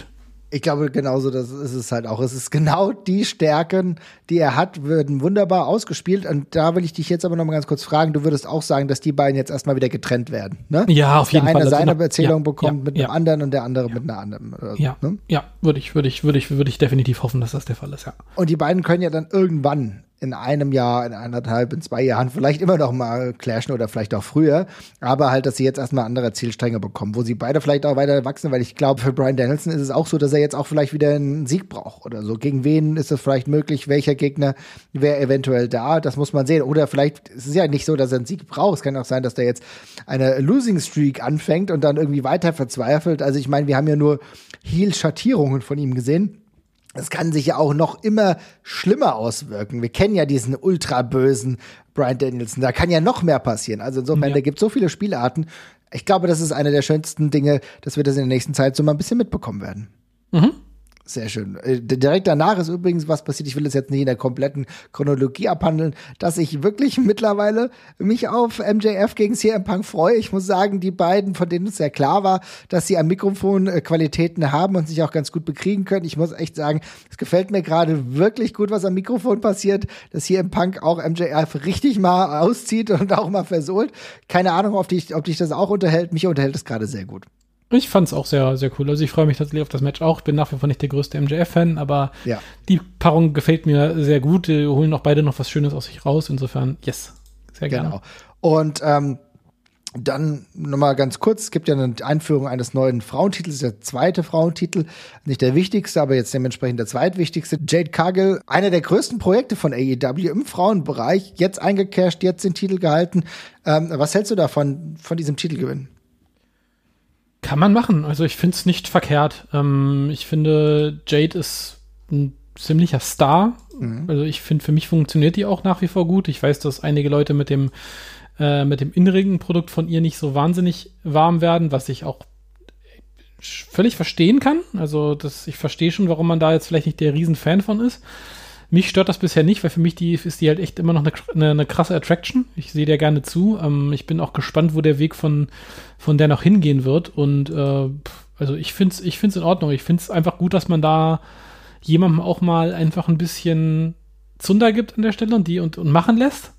Ich glaube, genauso das ist es halt auch. Es ist genau die Stärken, die er hat, werden wunderbar ausgespielt. Und da will ich dich jetzt aber noch mal ganz kurz fragen. Du würdest auch sagen, dass die beiden jetzt erstmal wieder getrennt werden, ne? Ja, auf jeden Fall. Der eine Fall. seine Also, Erzählung ja, bekommt ja, mit ja. einem anderen und der andere ja. mit einer anderen. Oder so, ja, ne? ja, würde ich, würde ich, würde ich, würde ich definitiv hoffen, dass das der Fall ist, ja. Und die beiden können ja dann irgendwann in einem Jahr, in anderthalb, in zwei Jahren vielleicht immer noch mal clashen oder vielleicht auch früher, aber halt, dass sie jetzt erstmal andere Zielstränge bekommen, wo sie beide vielleicht auch weiter wachsen, weil ich glaube, für Bryan Danielson ist es auch so, dass er jetzt auch vielleicht wieder einen Sieg braucht oder so. Gegen wen ist es vielleicht möglich? Welcher Gegner wäre eventuell da? Das muss man sehen. Oder vielleicht ist es ja nicht so, dass er einen Sieg braucht. Es kann auch sein, dass der jetzt eine Losing Streak anfängt und dann irgendwie weiter verzweifelt. Also ich meine, wir haben ja nur Heel-Schattierungen von ihm gesehen. Es kann sich ja auch noch immer schlimmer auswirken. Wir kennen ja diesen ultra bösen Bryan Danielson. Da kann ja noch mehr passieren. Also insofern, ja. da gibt es so viele Spielarten. Ich glaube, das ist eine der schönsten Dinge, dass wir das in der nächsten Zeit so mal ein bisschen mitbekommen werden. Mhm. Sehr schön. Direkt danach ist übrigens was passiert, ich will das jetzt nicht in der kompletten Chronologie abhandeln, dass ich wirklich mittlerweile mich auf M J F gegen C M Punk freue. Ich muss sagen, die beiden, von denen es ja klar war, dass sie am Mikrofon Qualitäten haben und sich auch ganz gut bekriegen können. Ich muss echt sagen, es gefällt mir gerade wirklich gut, was am Mikrofon passiert, dass C M Punk auch M J F richtig mal auszieht und auch mal versohlt. Keine Ahnung, ob dich, ob dich das auch unterhält. Mich unterhält es gerade sehr gut. Ich fand's auch sehr, sehr cool. Also ich freue mich tatsächlich auf das Match auch. Ich bin nach wie vor nicht der größte M J F-Fan, aber ja. die Paarung gefällt mir sehr gut. Die holen auch beide noch was Schönes aus sich raus. Insofern, yes, sehr gerne. Genau. Und ähm, dann nochmal ganz kurz, es gibt ja eine Einführung eines neuen Frauentitels, der zweite Frauentitel, nicht der wichtigste, aber jetzt dementsprechend der zweitwichtigste. Jade Cargill, einer der größten Projekte von A E W im Frauenbereich, jetzt eingecasht, jetzt den Titel gehalten. Ähm, was hältst du davon, von diesem Titelgewinn? Kann man machen. Also ich finde es nicht verkehrt. Ähm, ich finde, Jade ist ein ziemlicher Star. Mhm. Also ich finde, für mich funktioniert die auch nach wie vor gut. Ich weiß, dass einige Leute mit dem äh, mit dem inneren Produkt von ihr nicht so wahnsinnig warm werden, was ich auch völlig verstehen kann. Also das, ich verstehe schon, warum man da jetzt vielleicht nicht der Riesenfan von ist. Mich stört das bisher nicht, weil für mich die, ist die halt echt immer noch eine, eine, eine krasse Attraction. Ich sehe der gerne zu. Ähm, ich bin auch gespannt, wo der Weg von, von der noch hingehen wird. Und äh, also ich finde es ich find's in Ordnung. Ich finde es einfach gut, dass man da jemandem auch mal einfach ein bisschen Zunder gibt an der Stelle und die und, und machen lässt.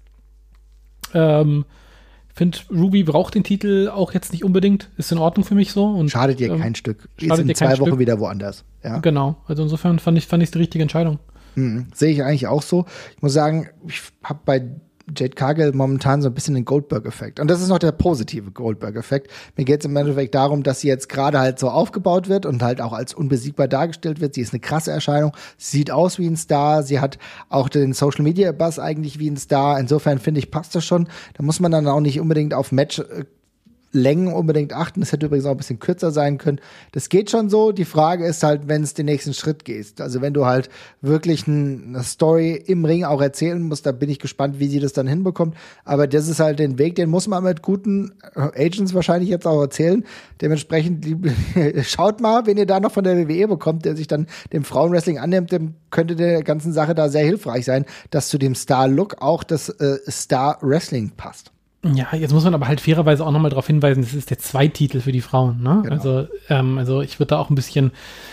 Ähm, ich finde, Ruby braucht den Titel auch jetzt nicht unbedingt. Ist in Ordnung für mich so. Und, schadet dir ähm, kein Stück. Schadet ist in dir zwei kein Wochen Stück. wieder woanders. Ja? Genau. Also insofern fand ich fand ich die richtige Entscheidung. Hm, sehe ich eigentlich auch so. Ich muss sagen, ich habe bei Jade Cargill momentan so ein bisschen den Goldberg-Effekt. Und das ist noch der positive Goldberg-Effekt. Mir geht es im Endeffekt darum, dass sie jetzt gerade halt so aufgebaut wird und halt auch als unbesiegbar dargestellt wird. Sie ist eine krasse Erscheinung. Sie sieht aus wie ein Star. Sie hat auch den Social-Media-Buzz eigentlich wie ein Star. Insofern finde ich, passt das schon. Da muss man dann auch nicht unbedingt auf Match äh, Längen unbedingt achten. Das hätte übrigens auch ein bisschen kürzer sein können. Das geht schon so. Die Frage ist halt, wenn es den nächsten Schritt geht. Also wenn du halt wirklich eine Story im Ring auch erzählen musst, da bin ich gespannt, wie sie das dann hinbekommt. Aber das ist halt den Weg, den muss man mit guten Agents wahrscheinlich jetzt auch erzählen. Dementsprechend schaut mal, wen ihr da noch von der W W E bekommt, der sich dann dem Frauenwrestling annimmt, dem könnte der ganzen Sache da sehr hilfreich sein, dass zu dem Star-Look auch das äh, Star-Wrestling passt. Ja, jetzt muss man aber halt fairerweise auch nochmal darauf hinweisen, das ist der Zweititel für die Frauen, ne? Genau. Also, ähm, also ich würde da auch ein bisschen,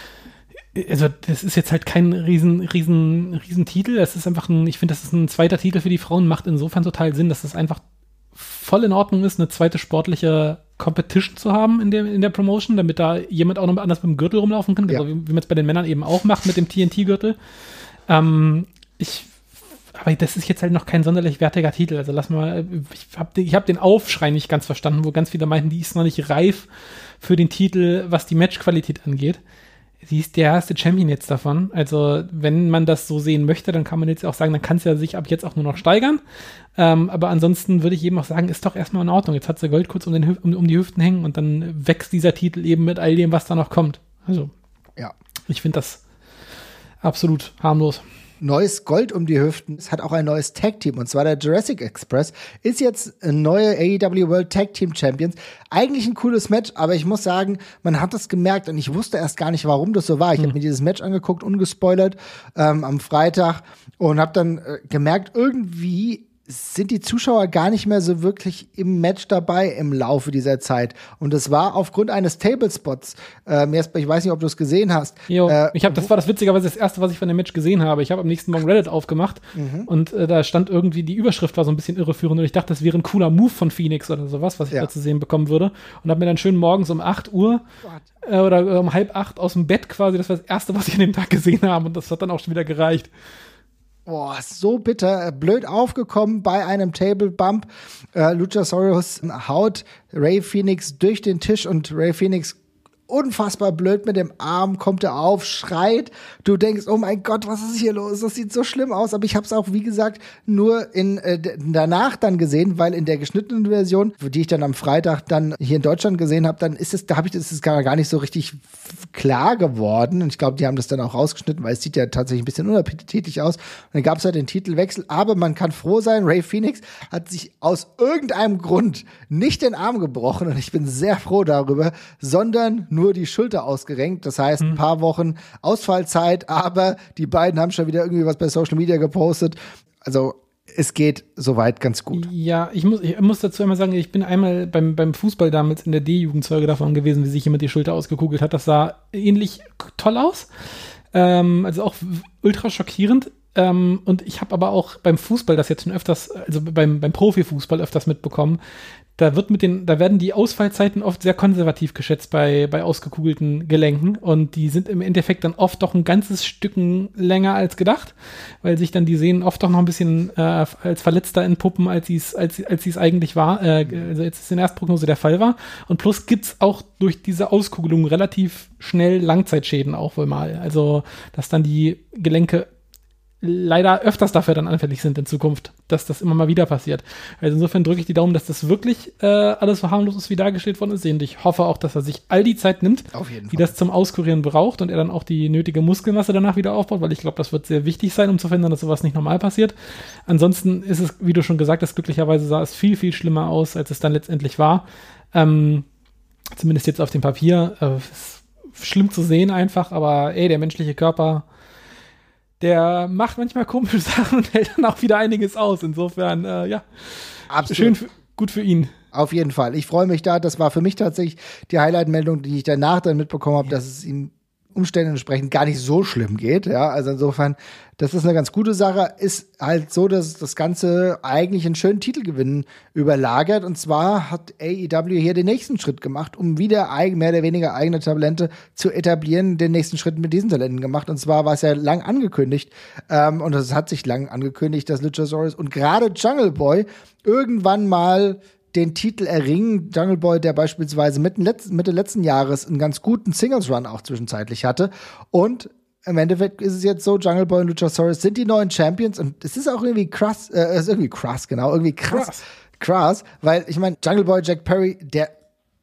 also das ist jetzt halt kein riesen, riesen, riesen Titel, es ist einfach ein, ich finde, das ist ein zweiter Titel für die Frauen, macht insofern total Sinn, dass es einfach voll in Ordnung ist, eine zweite sportliche Competition zu haben in der, in der Promotion, damit da jemand auch noch anders mit dem Gürtel rumlaufen kann, ja. Also wie, wie man es bei den Männern eben auch macht mit dem T N T-Gürtel. Ähm, ich Aber das ist jetzt halt noch kein sonderlich wertiger Titel. Also lass mal, ich habe ich hab den Aufschrei nicht ganz verstanden, wo ganz viele meinten, die ist noch nicht reif für den Titel, was die Matchqualität angeht. Sie ist der erste Champion jetzt davon. Also wenn man das so sehen möchte, dann kann man jetzt auch sagen, dann kann es ja sich ab jetzt auch nur noch steigern. Ähm, aber ansonsten würde ich jedem auch sagen, ist doch erstmal in Ordnung. Jetzt hat sie Gold kurz um, den Hüf- um, um die Hüften hängen und dann wächst dieser Titel eben mit all dem, was da noch kommt. Also ja, ich finde das absolut harmlos. Neues Gold um die Hüften. Es hat auch ein neues Tag-Team, und zwar der Jurassic Express ist jetzt ein neuer A E W World Tag Team Champions. Eigentlich ein cooles Match, aber ich muss sagen, man hat das gemerkt und ich wusste erst gar nicht, warum das so war. Ich hm. habe mir dieses Match angeguckt, ungespoilert, ähm, am Freitag und habe dann äh, gemerkt, irgendwie sind die Zuschauer gar nicht mehr so wirklich im Match dabei im Laufe dieser Zeit. Und das war aufgrund eines Tablespots. Ähm, ich weiß nicht, ob du es gesehen hast. Jo, äh, ich hab, das war das witzigerweise das erste, was ich von dem Match gesehen habe. Ich habe am nächsten Morgen Reddit aufgemacht mhm. und äh, da stand irgendwie, die Überschrift war so ein bisschen irreführend und ich dachte, das wäre ein cooler Move von Phoenix oder sowas, was ich ja. da zu sehen bekommen würde. Und habe mir dann schön morgens um acht Uhr äh, oder um halb acht aus dem Bett quasi, das war das erste, was ich an dem Tag gesehen habe und das hat dann auch schon wieder gereicht. Boah, so bitter, blöd aufgekommen bei einem Table Bump. Äh, Luchasaurus haut Rey Fenix durch den Tisch und Rey Fenix unfassbar blöd mit dem Arm, kommt er auf, schreit. Du denkst, oh mein Gott, was ist hier los? Das sieht so schlimm aus. Aber ich habe es auch, wie gesagt, nur in äh, danach dann gesehen, weil in der geschnittenen Version, die ich dann am Freitag dann hier in Deutschland gesehen habe, dann ist es, da habe ich das ist gar, gar nicht so richtig klar geworden. Und ich glaube, die haben das dann auch rausgeschnitten, weil es sieht ja tatsächlich ein bisschen unappetitlich aus. Und dann gab es halt den Titelwechsel. Aber man kann froh sein, Rey Fenix hat sich aus irgendeinem Grund nicht den Arm gebrochen. Und ich bin sehr froh darüber, sondern nur nur die Schulter ausgerenkt. Das heißt, ein paar Wochen Ausfallzeit, aber die beiden haben schon wieder irgendwie was bei Social Media gepostet. Also es geht soweit ganz gut. Ja, ich muss, ich muss dazu einmal sagen, ich bin einmal beim, beim Fußball damals in der D-Jugend Zeuge davon gewesen, wie sich jemand die Schulter ausgekugelt hat. Das sah ähnlich toll aus. Ähm, also auch ultra schockierend. Ähm, und ich habe aber auch beim Fußball das jetzt schon öfters, also beim, beim Profifußball öfters mitbekommen, da wird mit den, da werden die Ausfallzeiten oft sehr konservativ geschätzt bei, bei ausgekugelten Gelenken und die sind im Endeffekt dann oft doch ein ganzes Stücken länger als gedacht, weil sich dann die Sehnen oft doch noch ein bisschen äh, als verletzter entpuppen, als sie es als, als sie es eigentlich war, äh, also jetzt ist in der Erstprognose der Fall war. Und plus gibt's auch durch diese Auskugelung relativ schnell Langzeitschäden auch wohl mal. Also, dass dann die Gelenke leider öfters dafür dann anfällig sind in Zukunft, dass das immer mal wieder passiert. Also insofern drücke ich die Daumen, dass das wirklich äh, alles so harmlos ist, wie dargestellt worden ist. Und ich hoffe auch, dass er sich all die Zeit nimmt, Auf jeden die Fall. das zum Auskurieren braucht und er dann auch die nötige Muskelmasse danach wieder aufbaut, weil ich glaube, das wird sehr wichtig sein, um zu verhindern, dass sowas nicht normal passiert. Ansonsten ist es, wie du schon gesagt hast, glücklicherweise sah es viel, viel schlimmer aus, als es dann letztendlich war. Ähm, zumindest jetzt auf dem Papier. Äh, ist schlimm zu sehen einfach, aber ey, der menschliche Körper, der macht manchmal komische Sachen und hält dann auch wieder einiges aus. Insofern, äh, ja, Absolut. Schön, für, gut für ihn. Auf jeden Fall. Ich freue mich da. Das war für mich tatsächlich die Highlight-Meldung, die ich danach dann mitbekommen habe, ja. dass es ihm Umständen entsprechend gar nicht so schlimm geht. Ja, also insofern, das ist eine ganz gute Sache. Ist halt so, dass das Ganze eigentlich einen schönen Titelgewinn überlagert. Und zwar hat A E W hier den nächsten Schritt gemacht, um wieder mehr oder weniger eigene Talente zu etablieren. Den nächsten Schritt mit diesen Talenten gemacht. Und zwar war es ja lang angekündigt. Ähm, und es hat sich lang angekündigt, dass Luchasaurus und gerade Jungle Boy irgendwann mal den Titel erringen. Jungle Boy, der beispielsweise Mitte, letzten, Mitte letzten Jahres einen ganz guten Singles-Run auch zwischenzeitlich hatte. Und im Endeffekt ist es jetzt so, Jungle Boy und Luchasaurus sind die neuen Champions. Und es ist auch irgendwie krass, äh, ist irgendwie krass, genau, irgendwie krass, krass, krass weil ich meine, Jungle Boy, Jack Perry, der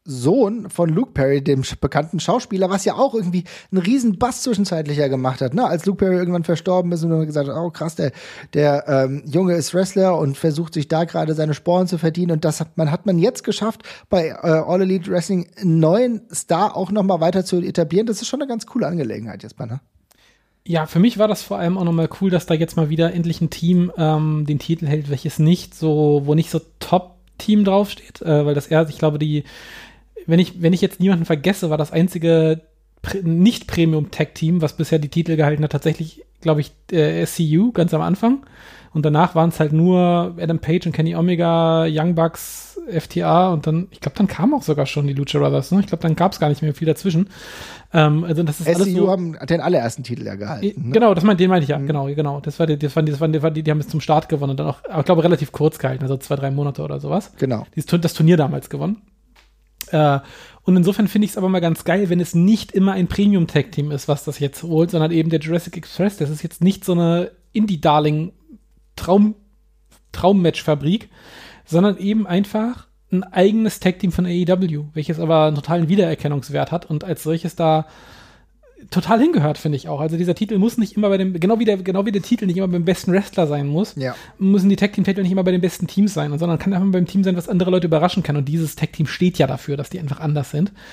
Sohn von Luke Perry, dem bekannten Schauspieler, was ja auch irgendwie einen riesen Bass zwischenzeitlicher gemacht hat, ne? Als Luke Perry irgendwann verstorben ist und man gesagt hat, oh krass, der, der ähm, Junge ist Wrestler und versucht sich da gerade seine Sporen zu verdienen und das hat man, hat man jetzt geschafft, bei äh, All Elite Wrestling einen neuen Star auch nochmal weiter zu etablieren. Das ist schon eine ganz coole Angelegenheit jetzt mal, ne? Ja, für mich war das vor allem auch nochmal cool, dass da jetzt mal wieder endlich ein Team ähm, den Titel hält, welches nicht so, wo nicht so Top-Team draufsteht, äh, weil das eher, ich glaube, die Wenn ich, wenn ich jetzt niemanden vergesse, war das einzige Pr- Nicht-Premium-Tag-Team, was bisher die Titel gehalten hat, tatsächlich, glaube ich, äh, S C U ganz am Anfang. Und danach waren es halt nur Adam Page und Kenny Omega, Young Bucks, F T A und dann, ich glaube, dann kamen auch sogar schon die Lucha Brothers. Ne? Ich glaube, dann gab es gar nicht mehr viel dazwischen. Ähm, also das ist S C U alles so, haben den allerersten Titel ja gehalten. Ne? Genau, das mein, den meinte ich ja, Mhm. genau, genau. Das war die, das waren die, das waren die, das waren die, die haben es zum Start gewonnen und dann auch, aber ich glaube, relativ kurz gehalten, also zwei, drei Monate oder sowas. Genau. Dieses, das Turnier damals gewonnen. Äh, und insofern finde ich es aber mal ganz geil, wenn es nicht immer ein Premium-Tag-Team ist, was das jetzt holt, sondern eben der Jurassic Express. Das ist jetzt nicht so eine Indie-Darling-Traum, Traum-Match-Fabrik, sondern eben einfach ein eigenes Tag-Team von A E W, welches aber einen totalen Wiedererkennungswert hat und als solches da total hingehört, finde ich auch. Also dieser Titel muss nicht immer bei dem, genau wie der, genau wie der Titel nicht immer beim besten Wrestler sein muss, Ja. müssen die Tag-Team-Titel nicht immer bei den besten Teams sein, sondern kann einfach beim Team sein, was andere Leute überraschen kann. Und dieses Tag-Team steht ja dafür, dass die einfach anders sind.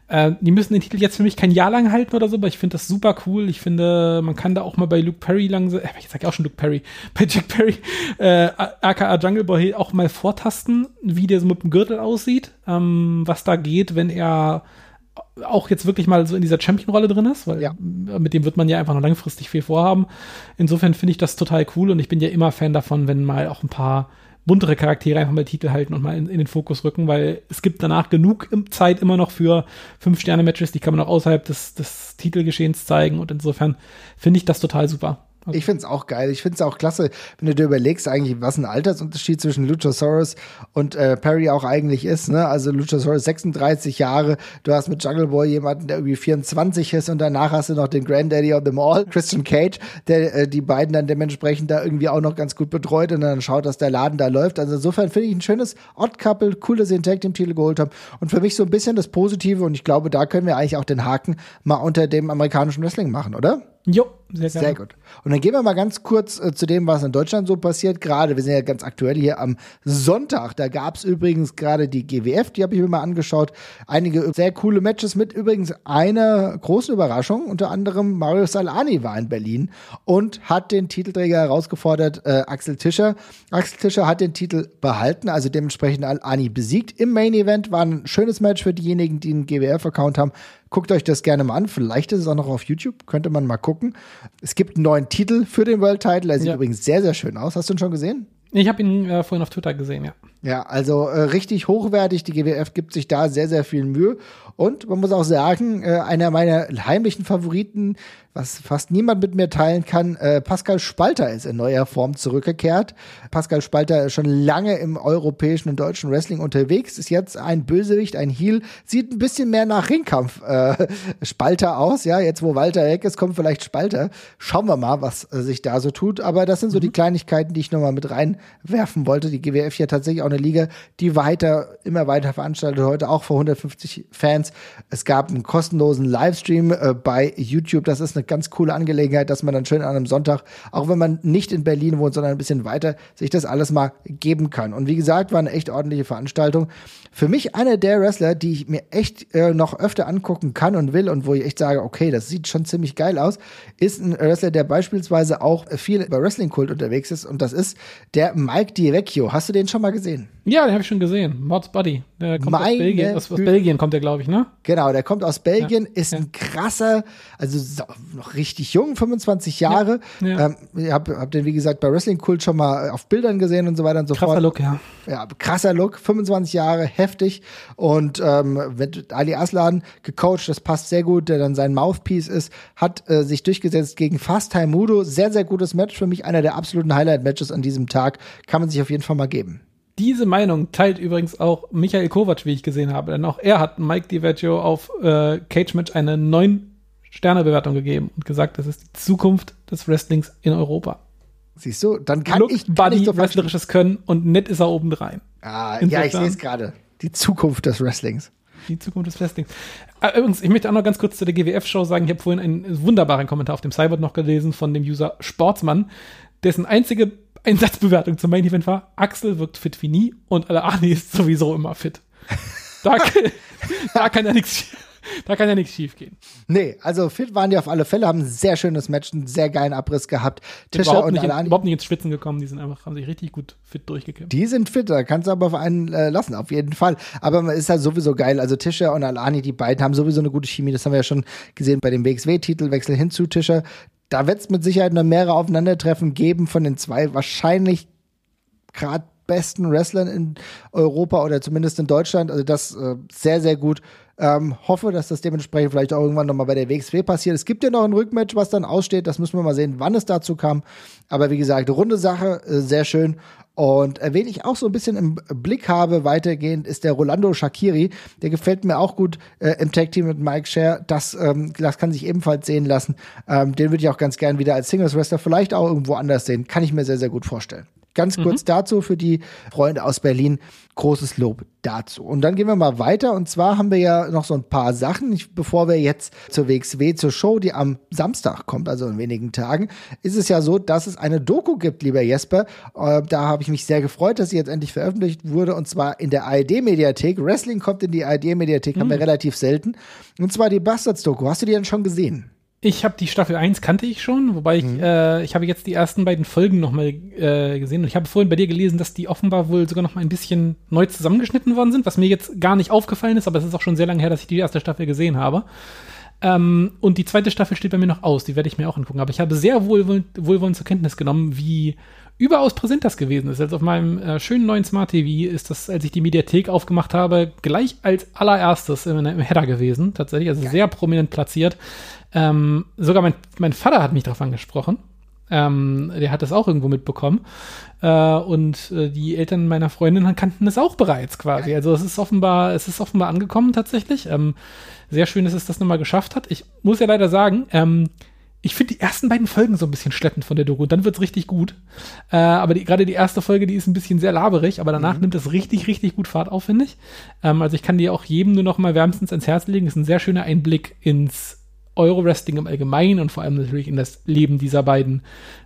Äh, die müssen den Titel jetzt für mich kein Jahr lang halten oder so, aber ich finde das super cool. Ich finde, man kann da auch mal bei Luke Perry langsam, äh, ich sag ja auch schon Luke Perry, bei Jack Perry, äh, aka Jungle Boy, auch mal vortasten, wie der so mit dem Gürtel aussieht, ähm, was da geht, wenn er auch jetzt wirklich mal so in dieser Champion-Rolle drin ist, weil ja. mit dem wird man ja einfach noch langfristig viel vorhaben. Insofern finde ich das total cool und ich bin ja immer Fan davon, wenn mal auch ein paar buntere Charaktere einfach mal Titel halten und mal in, in den Fokus rücken, weil es gibt danach genug Zeit immer noch für Fünf-Sterne-Matches, die kann man auch außerhalb des, des Titelgeschehens zeigen und insofern finde ich das total super. Ich find's auch geil. Ich find's auch klasse, wenn du dir überlegst, eigentlich, was ein Altersunterschied zwischen Luchasaurus und äh, Perry auch eigentlich ist. Ne? Also Luchasaurus sechsunddreißig Jahre, du hast mit Jungle Boy jemanden, der irgendwie vierundzwanzig ist und danach hast du noch den Granddaddy of them all, Christian Cage, der äh, die beiden dann dementsprechend da irgendwie auch noch ganz gut betreut und dann schaut, dass der Laden da läuft. Also insofern finde ich ein schönes Odd-Couple, cool, dass sie den Tag-Team-Titel geholt haben und für mich so ein bisschen das Positive und ich glaube, da können wir eigentlich auch den Haken mal unter dem amerikanischen Wrestling machen, oder? Jo, sehr gerne. Sehr gut. Und dann gehen wir mal ganz kurz äh, zu dem, was in Deutschland so passiert. Gerade, wir sind ja ganz aktuell hier am Sonntag. Da gab es übrigens gerade die G W F, die habe ich mir mal angeschaut. Einige sehr coole Matches mit übrigens einer großen Überraschung. Unter anderem Mario Salani war in Berlin und hat den Titelträger herausgefordert, äh, Axel Tischer. Axel Tischer hat den Titel behalten, also dementsprechend Al-Ani besiegt. Im Main Event war ein schönes Match für diejenigen, die einen G W F-Account haben. Guckt euch das gerne mal an. Vielleicht ist es auch noch auf YouTube. Könnte man mal gucken. Es gibt einen neuen Titel für den World Title. Er sieht ja. übrigens sehr, sehr schön aus. Hast du ihn schon gesehen? Ich habe ihn äh, vorhin auf Twitter gesehen, ja. Ja, also äh, richtig hochwertig. Die G W F gibt sich da sehr, sehr viel Mühe. Und man muss auch sagen, äh, einer meiner heimlichen Favoriten, was fast niemand mit mir teilen kann, äh, Pascal Spalter ist in neuer Form zurückgekehrt. Pascal Spalter ist schon lange im europäischen und deutschen Wrestling unterwegs, ist jetzt ein Bösewicht, ein Heel, sieht ein bisschen mehr nach Ringkampf äh, Spalter aus. Ja, jetzt wo Walter weg ist, kommt vielleicht Spalter. Schauen wir mal, was äh, sich da so tut. Aber das sind so mhm. die Kleinigkeiten, die ich nochmal mit reinwerfen wollte. Die G W F hier tatsächlich auch eine Liga, die weiter, immer weiter veranstaltet, heute auch vor hundertfünfzig Fans. Es gab einen kostenlosen Livestream äh, bei YouTube. Das ist eine ganz coole Angelegenheit, dass man dann schön an einem Sonntag, auch wenn man nicht in Berlin wohnt, sondern ein bisschen weiter, sich das alles mal geben kann. Und wie gesagt, war eine echt ordentliche Veranstaltung. Für mich einer der Wrestler, die ich mir echt äh, noch öfter angucken kann und will und wo ich echt sage, okay, das sieht schon ziemlich geil aus, ist ein Wrestler, der beispielsweise auch viel bei Wrestling-Kult unterwegs ist und das ist der Mike DiVecchio. Hast du den schon mal gesehen? Ja, den habe ich schon gesehen. Mods Buddy. Der kommt Meine aus Belgien. Aus, aus Belgien kommt der, glaube ich, ne? Genau, der kommt aus Belgien, ja. ist ja. ein krasser, also so, noch richtig jung, fünfundzwanzig Jahre. Ja. Ja. Ähm, ich habe hab den, wie gesagt, bei Wrestling Kult schon mal auf Bildern gesehen und so weiter und so krasser fort. Look, ja. Ja, krasser Look, fünfundzwanzig Jahre, heftig. Und ähm, mit Ali Aslan gecoacht, das passt sehr gut, der dann sein Mouthpiece ist, hat äh, sich durchgesetzt gegen Fast-Time Mudo. Sehr, sehr gutes Match, für mich einer der absoluten Highlight-Matches an diesem Tag. Kann man sich auf jeden Fall mal geben. Diese Meinung teilt übrigens auch Michael Kovac, wie ich gesehen habe. Denn auch er hat Mike DiVecchio auf äh, Cage Match eine neun Sterne Bewertung gegeben und gesagt, das ist die Zukunft des Wrestlings in Europa. Siehst du, dann kann Look, ich kann Buddy, ich so wrestlerisches Können und nett ist er obendrein. Ah, ja, ich sehe es gerade. Die Zukunft des Wrestlings. Die Zukunft des Wrestlings. Äh, übrigens, ich möchte auch noch ganz kurz zu der G W F-Show sagen, ich habe vorhin einen wunderbaren Kommentar auf dem Cyber noch gelesen von dem User Sportsmann, dessen einzige Einsatzbewertung zum Main Event war, Axel wirkt fit wie nie und Al-Ani ist sowieso immer fit. Da, da kann ja nichts da kann ja nichts schief gehen. Nee, also fit waren die auf alle Fälle, haben ein sehr schönes Match, einen sehr geilen Abriss gehabt. Tischer überhaupt und nicht, Al-Ani. überhaupt nicht ins Schwitzen gekommen, die sind einfach, haben sich richtig gut fit durchgekämpft. Die sind fit, da kannst du aber auf einen äh, lassen, auf jeden Fall. Aber man ist halt sowieso geil, also Tischer und Al-Ani, die beiden haben sowieso eine gute Chemie, das haben wir ja schon gesehen bei dem W X W-Titelwechsel hin zu Tischer. Da wird es mit Sicherheit noch mehrere Aufeinandertreffen geben von den zwei wahrscheinlich gerade besten Wrestlern in Europa oder zumindest in Deutschland. Also das äh, sehr, sehr gut. Ähm, hoffe, dass das dementsprechend vielleicht auch irgendwann nochmal bei der W X W passiert. Es gibt ja noch ein Rückmatch, was dann aussteht. Das müssen wir mal sehen, wann es dazu kam. Aber wie gesagt, runde Sache, äh, sehr schön. Und äh, wen ich auch so ein bisschen im Blick habe, weitergehend, ist der Rolando Shakiri. Der gefällt mir auch gut äh, im Tag-Team mit Mike Scher. Das, ähm, das kann sich ebenfalls sehen lassen. Ähm, den würde ich auch ganz gern wieder als Singles-Wrestler vielleicht auch irgendwo anders sehen. Kann ich mir sehr, sehr gut vorstellen. Ganz kurz mhm. dazu für die Freunde aus Berlin. Großes Lob dazu. Und dann gehen wir mal weiter. Und zwar haben wir ja noch so ein paar Sachen. Ich, bevor wir jetzt zur W X W, zur Show, die am Samstag kommt, also in wenigen Tagen, ist es ja so, dass es eine Doku gibt, lieber Jesper. Äh, da habe ich mich sehr gefreut, dass sie jetzt endlich veröffentlicht wurde. Und zwar in der A R D-Mediathek. Wrestling kommt in die A R D-Mediathek, mhm. haben wir relativ selten. Und zwar die Bastards-Doku. Hast du die denn schon gesehen? Ich habe die Staffel eins kannte ich schon, wobei ich, mhm. äh, ich habe jetzt die ersten beiden Folgen nochmal äh, gesehen und ich habe vorhin bei dir gelesen, dass die offenbar wohl sogar noch mal ein bisschen neu zusammengeschnitten worden sind, was mir jetzt gar nicht aufgefallen ist, aber es ist auch schon sehr lange her, dass ich die erste Staffel gesehen habe. Ähm, und die zweite Staffel steht bei mir noch aus, die werde ich mir auch angucken. Aber ich habe sehr wohlwollend, wohlwollend zur Kenntnis genommen, wie überaus präsent das gewesen ist. Also auf meinem äh, schönen neuen Smart T V ist das, als ich die Mediathek aufgemacht habe, gleich als allererstes im, im Header gewesen, tatsächlich, also ja. sehr prominent platziert. Ähm, sogar mein, mein Vater hat mich darauf angesprochen. Ähm, der hat das auch irgendwo mitbekommen. Äh, und äh, die Eltern meiner Freundin kannten es auch bereits quasi. Also es ist offenbar, es ist offenbar angekommen tatsächlich. Ähm, sehr schön, dass es das nochmal geschafft hat. Ich muss ja leider sagen, ähm, ich finde die ersten beiden Folgen so ein bisschen schleppend von der Doku und dann wird's richtig gut. Äh, aber die, gerade die erste Folge, die ist ein bisschen sehr laberig, aber danach mhm. nimmt das richtig, richtig gut Fahrt auf, finde ich. Ähm, also ich kann dir auch jedem nur noch mal wärmstens ans Herz legen. Das ist ein sehr schöner Einblick ins Euro-Wrestling im Allgemeinen und vor allem natürlich in das Leben dieser beiden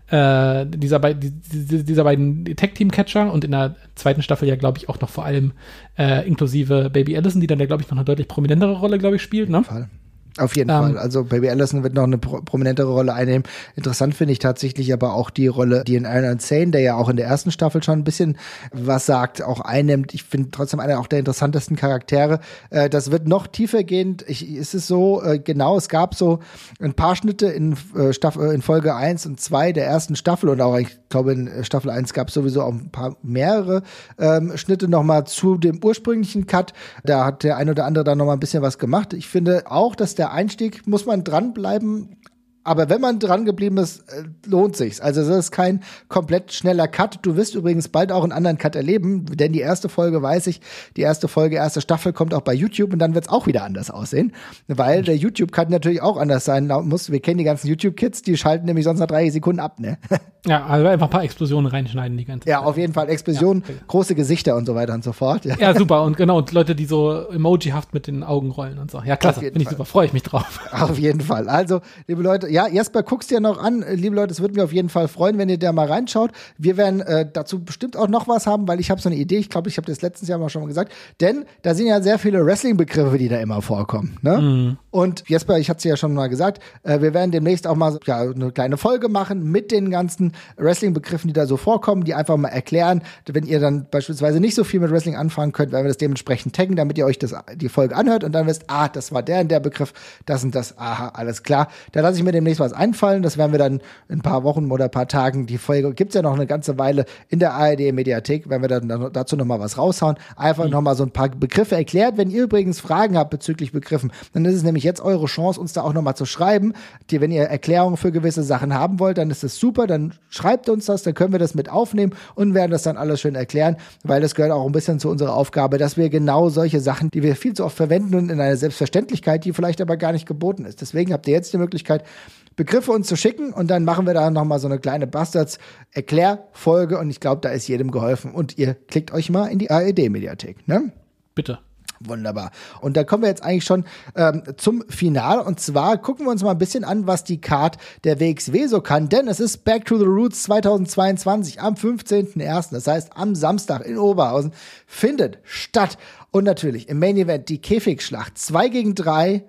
äh, dieser, be- dieser beiden Tag-Team-Catcher und in der zweiten Staffel ja, glaube ich, auch noch vor allem äh, inklusive Baby Allison, die dann ja, glaube ich, noch eine deutlich prominentere Rolle, glaube ich, spielt. Ne? Fall. Auf jeden ähm, Fall. Also Baby Allison wird noch eine pro- prominentere Rolle einnehmen. Interessant finde ich tatsächlich aber auch die Rolle, die in Iron Insane, der ja auch in der ersten Staffel schon ein bisschen was sagt, auch einnimmt. Ich finde trotzdem einer auch der interessantesten Charaktere. Äh, das wird noch tiefergehend. Ich, ist es so, äh, genau, es gab so ein paar Schnitte in, äh, Staffel, in Folge eins und zwei der ersten Staffel und auch, ich glaube, in Staffel eins gab es sowieso auch ein paar mehrere ähm, Schnitte nochmal zu dem ursprünglichen Cut. Da hat der ein oder andere dann nochmal ein bisschen was gemacht. Ich finde auch, dass der Einstieg, muss man dranbleiben, aber wenn man dran geblieben ist, lohnt sich's. Also das ist kein komplett schneller Cut. Du wirst übrigens bald auch einen anderen Cut erleben, denn die erste Folge, weiß ich, die erste Folge, erste Staffel kommt auch bei YouTube und dann wird's auch wieder anders aussehen, weil der YouTube-Cut natürlich auch anders sein muss. Wir kennen die ganzen YouTube-Kids, die schalten nämlich sonst nach drei Sekunden ab, ne? Ja, also einfach ein paar Explosionen reinschneiden die ganze Zeit. Ja, auf jeden Fall Explosionen, ja, okay. Große Gesichter und so weiter und so fort. Ja, ja super. Und genau, und Leute, die so emojihaft mit den Augen rollen und so. Ja, klasse, finde ich super, freue ich mich drauf. Auf jeden Fall. Also, liebe Leute, ja, Jesper, guckst dir noch an. Liebe Leute, es würde mich auf jeden Fall freuen, wenn ihr da mal reinschaut. Wir werden äh, dazu bestimmt auch noch was haben, weil ich habe so eine Idee. Ich glaube, ich habe das letztes Jahr mal schon mal gesagt. Denn da sind ja sehr viele Wrestling-Begriffe, die da immer vorkommen. Ne? Mhm. Und Jesper, ich hatte es ja schon mal gesagt, äh, wir werden demnächst auch mal ja, eine kleine Folge machen mit den ganzen Wrestling-Begriffen, die da so vorkommen, die einfach mal erklären. Wenn ihr dann beispielsweise nicht so viel mit Wrestling anfangen könnt, werden wir das dementsprechend taggen, damit ihr euch das, die Folge anhört und dann wisst, ah, das war der und der Begriff, das und das, aha, alles klar. Da lasse ich mir demnächst was einfallen. Das werden wir dann in ein paar Wochen oder ein paar Tagen, die Folge gibt's ja noch eine ganze Weile in der A R D-Mediathek, werden wir dann dazu noch mal was raushauen. Einfach mhm. noch mal so ein paar Begriffe erklärt. Wenn ihr übrigens Fragen habt bezüglich Begriffen, dann ist es nämlich jetzt eure Chance, uns da auch noch mal zu schreiben. Die, wenn ihr Erklärungen für gewisse Sachen haben wollt, dann ist es super, dann schreibt uns das, dann können wir das mit aufnehmen und werden das dann alles schön erklären, weil das gehört auch ein bisschen zu unserer Aufgabe, dass wir genau solche Sachen, die wir viel zu oft verwenden und in einer Selbstverständlichkeit, die vielleicht aber gar nicht geboten ist. Deswegen habt ihr jetzt die Möglichkeit, Begriffe uns zu schicken und dann machen wir da nochmal so eine kleine Bastards-Erklärfolge und ich glaube, da ist jedem geholfen. Und ihr klickt euch mal in die A R D-Mediathek, ne? Bitte. Wunderbar. Und da kommen wir jetzt eigentlich schon ähm, zum Finale. Und zwar gucken wir uns mal ein bisschen an, was die Card der W X W so kann. Denn es ist Back to the Roots zweitausendzweiundzwanzig am fünfzehnten ersten Das heißt, am Samstag in Oberhausen findet statt. Und natürlich im Main Event die Käfigschlacht. zwei gegen drei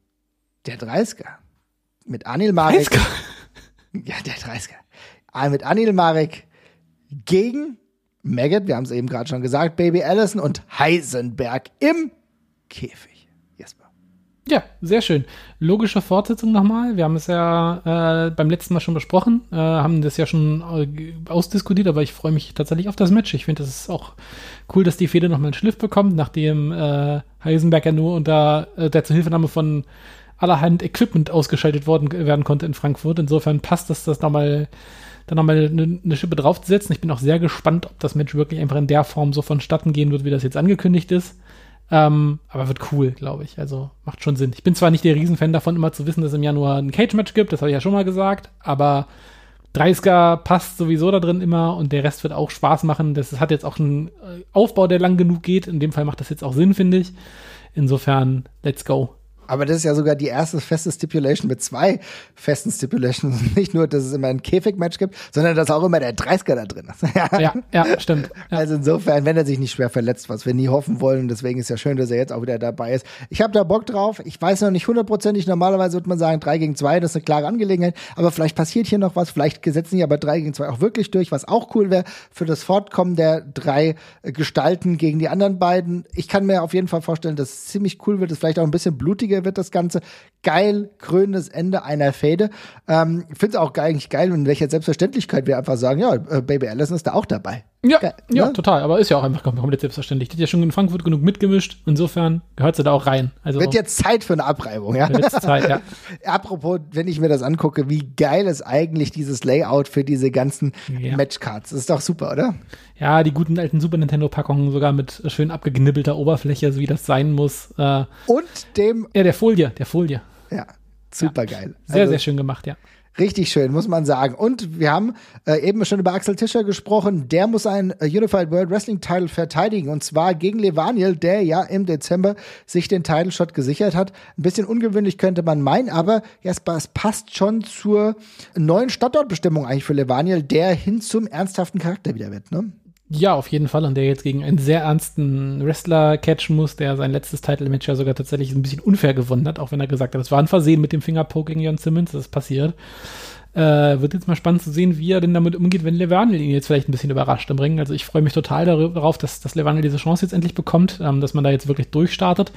Der dreißiger mit Anil Marek. dreißiger Ja, der dreißiger Mit Anil Marek gegen Maggot, wir haben es eben gerade schon gesagt, Baby Allison und Heisenberg im Käfig. Jesper. Ja, sehr schön. Logische Fortsetzung nochmal. Wir haben es ja äh, beim letzten Mal schon besprochen, äh, haben das ja schon äh, ausdiskutiert, aber ich freue mich tatsächlich auf das Match. Ich finde, das ist auch cool, dass die Fehde nochmal einen Schliff bekommt, nachdem äh, Heisenberg ja nur unter äh, der Zuhilfenahme von allerhand Equipment ausgeschaltet worden werden konnte in Frankfurt. Insofern passt das, das nochmal dann nochmal eine, eine Schippe draufzusetzen. Ich bin auch sehr gespannt, ob das Match wirklich einfach in der Form so vonstatten gehen wird, wie das jetzt angekündigt ist. Ähm, aber wird cool, glaube ich. Also macht schon Sinn. Ich bin zwar nicht der Riesenfan davon, immer zu wissen, dass es im Januar ein Cage-Match gibt, das habe ich ja schon mal gesagt, aber dreißiger passt sowieso da drin immer und der Rest wird auch Spaß machen. Das hat jetzt auch einen Aufbau, der lang genug geht. In dem Fall macht das jetzt auch Sinn, finde ich. Insofern, let's go. Aber das ist ja sogar die erste feste Stipulation mit zwei festen Stipulations. Nicht nur, dass es immer ein Käfig-Match gibt, sondern dass auch immer der dreißiger da drin ist. ja, ja, stimmt. Ja. Also insofern, wenn er sich nicht schwer verletzt, was wir nie hoffen wollen, deswegen ist ja schön, dass er jetzt auch wieder dabei ist. Ich habe da Bock drauf. Ich weiß noch nicht hundertprozentig, normalerweise würde man sagen drei gegen zwei, das ist eine klare Angelegenheit. Aber vielleicht passiert hier noch was. Vielleicht setzen die aber drei gegen zwei auch wirklich durch, was auch cool wäre für das Fortkommen der drei Gestalten gegen die anderen beiden. Ich kann mir auf jeden Fall vorstellen, dass es ziemlich cool wird, dass vielleicht auch ein bisschen blutiger wird das Ganze. Geil, krönendes Ende einer Fehde. Ähm, ich finde es auch geil, eigentlich geil, in welcher Selbstverständlichkeit wir einfach sagen, ja, äh, Baby Allison ist da auch dabei. Ja, geil, ja, ne? Total. Aber ist ja auch einfach komplett selbstverständlich. Die hat ja schon in Frankfurt genug mitgemischt. Insofern gehört sie da auch rein. Also wird jetzt Zeit für eine Abreibung, ja? Wird jetzt Zeit, ja. Apropos, wenn ich mir das angucke, wie geil ist eigentlich dieses Layout für diese ganzen ja. Matchcards. Das ist doch super, oder? Ja, die guten alten Super Nintendo-Packungen sogar mit schön abgeknibbelter Oberfläche, so wie das sein muss. Äh, Und dem... Ja, der Folie, der Folie. Ja, super ja. geil. Sehr, also, sehr schön gemacht, ja. Richtig schön, muss man sagen. Und wir haben äh, eben schon über Axel Tischer gesprochen. Der muss einen äh, Unified World Wrestling Title verteidigen. Und zwar gegen Levaniel, der ja im Dezember sich den Title Shot gesichert hat. Ein bisschen ungewöhnlich könnte man meinen, aber ja, es passt schon zur neuen Standortbestimmung eigentlich für Levaniel, der hin zum ernsthaften Charakter wieder wird, ne? Ja, auf jeden Fall. Und der jetzt gegen einen sehr ernsten Wrestler catchen muss, der sein letztes Title-Match ja sogar tatsächlich ein bisschen unfair gewonnen hat, auch wenn er gesagt hat, es war ein Versehen mit dem Fingerpoke gegen Jon Simmons, das ist passiert. Äh, wird jetzt mal spannend zu sehen, wie er denn damit umgeht, wenn Levaniel ihn jetzt vielleicht ein bisschen überrascht im Ring. Also ich freue mich total darauf, dass, dass Levaniel diese Chance jetzt endlich bekommt, ähm, dass man da jetzt wirklich durchstartet.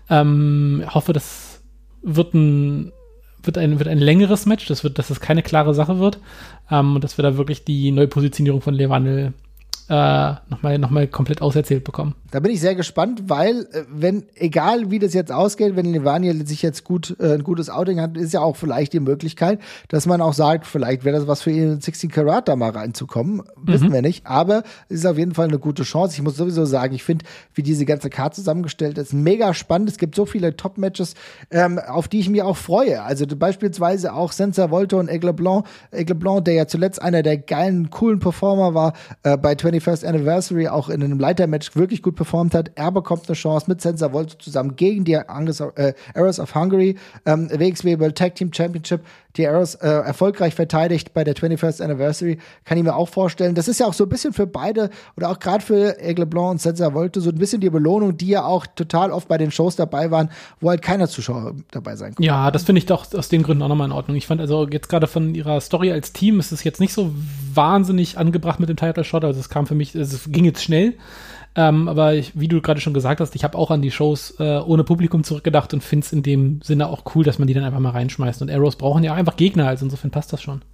Ähm, hoffe, das wird ein Wird ein, wird ein längeres Match, das wird, dass es keine klare Sache wird. Ähm, und dass wir da wirklich die Neupositionierung von Levaniel äh, nochmal noch mal komplett auserzählt bekommen. Da bin ich sehr gespannt, weil, wenn, egal wie das jetzt ausgeht, wenn Levaniel sich jetzt gut, äh, ein gutes Outing hat, ist ja auch vielleicht die Möglichkeit, dass man auch sagt, vielleicht wäre das was für ihn, in sechzehn Karat da mal reinzukommen. Mhm. Wissen wir nicht. Aber es ist auf jeden Fall eine gute Chance. Ich muss sowieso sagen, ich finde, wie diese ganze Card zusammengestellt ist, mega spannend. Es gibt so viele Top-Matches, ähm, auf die ich mich auch freue. Also beispielsweise auch Senza Volto und Aigle Blanc, Aigle Blanc, der ja zuletzt einer der geilen, coolen Performer war, äh, bei twenty-first Anniversary, auch in einem Leitermatch wirklich gut performt hat. Er bekommt eine Chance mit Senza Volto zusammen gegen die Angus, äh, Arrows of Hungary, ähm, W X W World Tag Team Championship, die Arrows äh, erfolgreich verteidigt bei der twenty-first Anniversary, kann ich mir auch vorstellen. Das ist ja auch so ein bisschen für beide oder auch gerade für Aigle Blanc und Senza Volto so ein bisschen die Belohnung, die ja auch total oft bei den Shows dabei waren, wo halt keiner Zuschauer dabei sein konnte. Ja, das finde ich doch aus den Gründen auch nochmal in Ordnung. Ich fand also jetzt gerade von ihrer Story als Team ist es jetzt nicht so wahnsinnig angebracht mit dem Title Shot, also es kam für mich, also es ging jetzt schnell. Ähm, aber ich, wie du gerade schon gesagt hast, ich habe auch an die Shows äh, ohne Publikum zurückgedacht und finde es in dem Sinne auch cool, dass man die dann einfach mal reinschmeißt. Und Arrows brauchen ja auch einfach Gegner, also insofern passt das schon.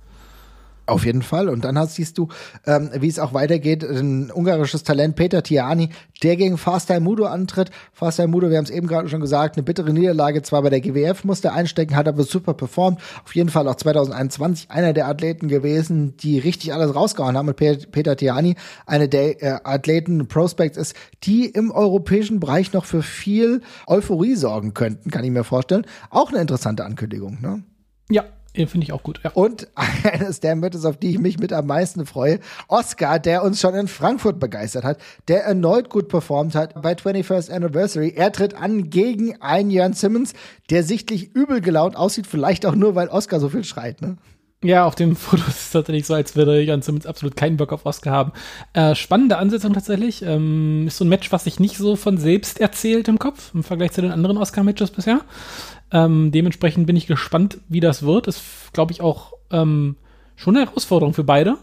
Auf jeden Fall. Und dann hast, siehst du, ähm, wie es auch weitergeht. Ein ungarisches Talent, Peter Tiani, der gegen Fastai Mudo antritt. Fastai Mudo, wir haben es eben gerade schon gesagt, eine bittere Niederlage. Zwar bei der G W F musste er einstecken, hat aber super performt. Auf jeden Fall auch zwanzig einundzwanzig einer der Athleten gewesen, die richtig alles rausgehauen haben. Und Peter Tiani, eine der äh, Athleten, Prospects ist, die im europäischen Bereich noch für viel Euphorie sorgen könnten, kann ich mir vorstellen. Auch eine interessante Ankündigung, ne? Ja. Finde ich auch gut, ja. Und eines der Matches, auf die ich mich mit am meisten freue, Oscar, der uns schon in Frankfurt begeistert hat, der erneut gut performt hat bei twenty-first Anniversary. Er tritt an gegen einen Jon Simmons, der sichtlich übel gelaunt aussieht, vielleicht auch nur, weil Oscar so viel schreit, ne? Ja, auf dem Foto ist es tatsächlich so, als würde Jon Simmons absolut keinen Bock auf Oscar haben. Äh, spannende Ansetzung tatsächlich. Ähm, ist so ein Match, was sich nicht so von selbst erzählt im Kopf, im Vergleich zu den anderen Oscar-Matches bisher. Ähm, dementsprechend bin ich gespannt, wie das wird. Ist, glaube ich, auch ähm, schon eine Herausforderung für beide,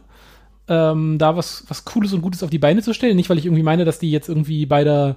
ähm, da was, was Cooles und Gutes auf die Beine zu stellen. Nicht, weil ich irgendwie meine, dass die jetzt irgendwie beide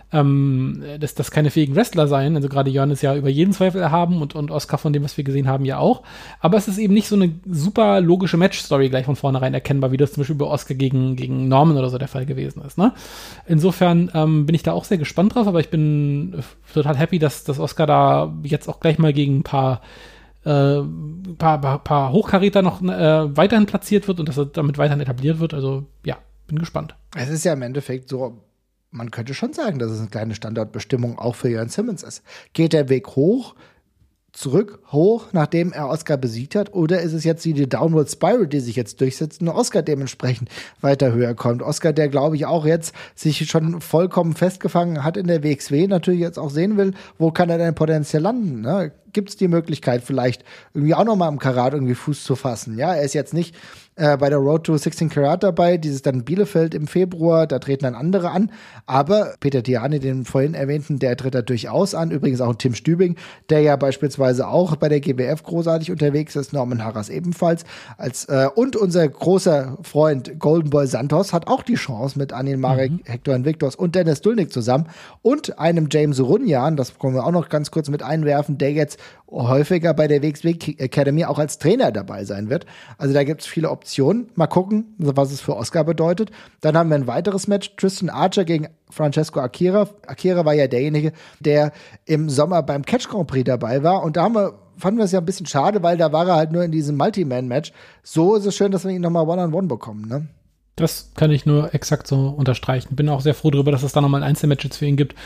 ähm, dass das keine fähigen Wrestler seien. Also gerade Jon ist ja über jeden Zweifel erhaben und, und Oscar von dem, was wir gesehen haben, ja auch. Aber es ist eben nicht so eine super logische Match-Story gleich von vornherein erkennbar, wie das zum Beispiel bei Oscar gegen, gegen Norman oder so der Fall gewesen ist. Ne? Insofern ähm, bin ich da auch sehr gespannt drauf, aber ich bin total happy, dass, dass Oscar da jetzt auch gleich mal gegen ein paar äh, paar, paar, paar Hochkaräter noch äh, weiterhin platziert wird und dass er damit weiterhin etabliert wird. Also ja, bin gespannt. Es ist ja im Endeffekt so, man könnte schon sagen, dass es eine kleine Standortbestimmung auch für Jon Simmons ist. Geht der Weg hoch zurück, hoch, nachdem er Oscar besiegt hat? Oder ist es jetzt die Downward Spiral, die sich jetzt durchsetzt und Oscar dementsprechend weiter höher kommt? Oscar, der glaube ich auch jetzt sich schon vollkommen festgefangen hat in der W X W, natürlich jetzt auch sehen will, wo kann er denn potenziell landen, ne? Gibt es die Möglichkeit, vielleicht irgendwie auch noch mal im Karat irgendwie Fuß zu fassen? Ja, er ist jetzt nicht äh, bei der Road to sechzehn Karat dabei, dieses dann Bielefeld im Februar, da treten dann andere an. Aber Peter Tiani, den vorhin erwähnten, der tritt da durchaus an. Übrigens auch Tim Stübing, der ja beispielsweise auch bei der G W F großartig unterwegs ist. Norman Harras ebenfalls. Als, äh, und unser großer Freund Golden Boy Santos hat auch die Chance mit Anil Marek, mhm. Hector Invictus und Dennis Dulnik zusammen und einem James Runyan, das können wir auch noch ganz kurz mit einwerfen, der jetzt häufiger bei der W X W Academy auch als Trainer dabei sein wird. Also da gibt es viele Optionen. Mal gucken, was es für Oscar bedeutet. Dann haben wir ein weiteres Match. Tristan Archer gegen Francesco Akira. Akira war ja derjenige, der im Sommer beim Catch Grand Prix dabei war. Und da haben wir, fanden wir es ja ein bisschen schade, weil da war er halt nur in diesem Multi-Man-Match. So ist es schön, dass wir ihn nochmal One-on-One bekommen, ne? Das kann ich nur exakt so unterstreichen. Bin auch sehr froh darüber, dass es da nochmal Einzelmatches für ihn gibt.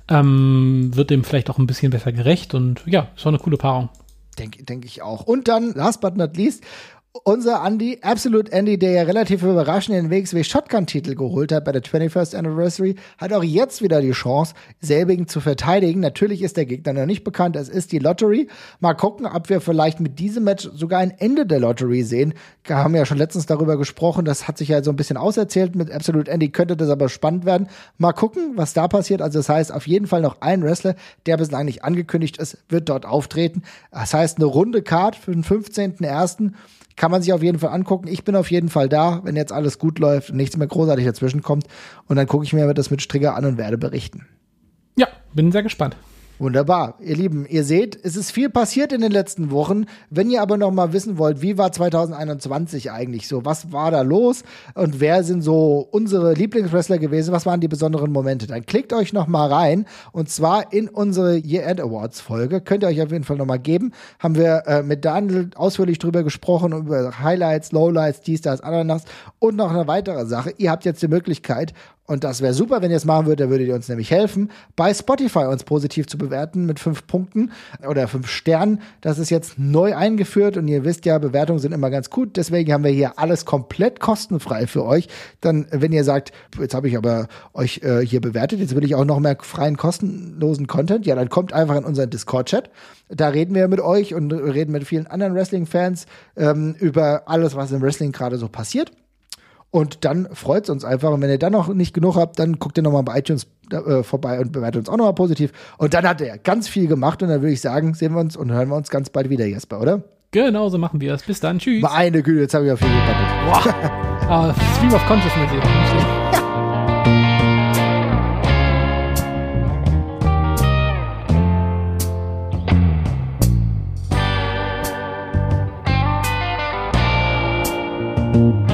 Ähm, wird dem vielleicht auch ein bisschen besser gerecht und ja, ist auch eine coole Paarung. Denke denk ich auch. Und dann, last but not least, unser Andy, Absolute Andy, der ja relativ überraschend den W X W-Shotgun-Titel geholt hat bei der twenty-first Anniversary, hat auch jetzt wieder die Chance, selbigen zu verteidigen. Natürlich ist der Gegner noch nicht bekannt, es ist die Lottery. Mal gucken, ob wir vielleicht mit diesem Match sogar ein Ende der Lottery sehen. Wir haben ja schon letztens darüber gesprochen, das hat sich ja so ein bisschen auserzählt. Mit Absolute Andy könnte das aber spannend werden. Mal gucken, was da passiert. Also das heißt, auf jeden Fall noch ein Wrestler, der bislang nicht angekündigt ist, wird dort auftreten. Das heißt, eine runde Card für den fünfzehnten ersten kann man sich auf jeden Fall angucken. Ich bin auf jeden Fall da, wenn jetzt alles gut läuft und nichts mehr großartig dazwischen kommt. Und dann gucke ich mir das mit Strigger an und werde berichten. Ja, bin sehr gespannt. Wunderbar. Ihr Lieben, ihr seht, es ist viel passiert in den letzten Wochen. Wenn ihr aber noch mal wissen wollt, wie war zwanzig einundzwanzig eigentlich so? Was war da los? Und wer sind so unsere Lieblingswrestler gewesen? Was waren die besonderen Momente? Dann klickt euch noch mal rein. Und zwar in unsere Year-End Awards Folge. Könnt ihr euch auf jeden Fall noch mal geben. Haben wir äh, mit Daniel ausführlich drüber gesprochen, über Highlights, Lowlights, dies, das, Ananas. Und noch eine weitere Sache. Ihr habt jetzt die Möglichkeit, und das wäre super, wenn ihr es machen würdet, da würdet ihr uns nämlich helfen, bei Spotify uns positiv zu bewerten mit fünf Punkten oder fünf Sternen. Das ist jetzt neu eingeführt und ihr wisst ja, Bewertungen sind immer ganz gut. Deswegen haben wir hier alles komplett kostenfrei für euch. Dann, wenn ihr sagt, jetzt habe ich aber euch äh, hier bewertet, jetzt will ich auch noch mehr freien, kostenlosen Content, ja, dann kommt einfach in unseren Discord-Chat. Da reden wir mit euch und reden mit vielen anderen Wrestling-Fans ähm, über alles, was im Wrestling gerade so passiert. Und dann freut es uns einfach. Und wenn ihr dann noch nicht genug habt, dann guckt ihr nochmal bei iTunes äh, vorbei und bewertet uns auch nochmal positiv. Und dann hat er ganz viel gemacht. Und dann würde ich sagen, sehen wir uns und hören wir uns ganz bald wieder, Jesper, oder? Genau, so machen wir es. Bis dann. Tschüss. Meine Güte, jetzt habe ich ja viel gebabbelt. Wow. uh, Stream of Consciousness. Ja.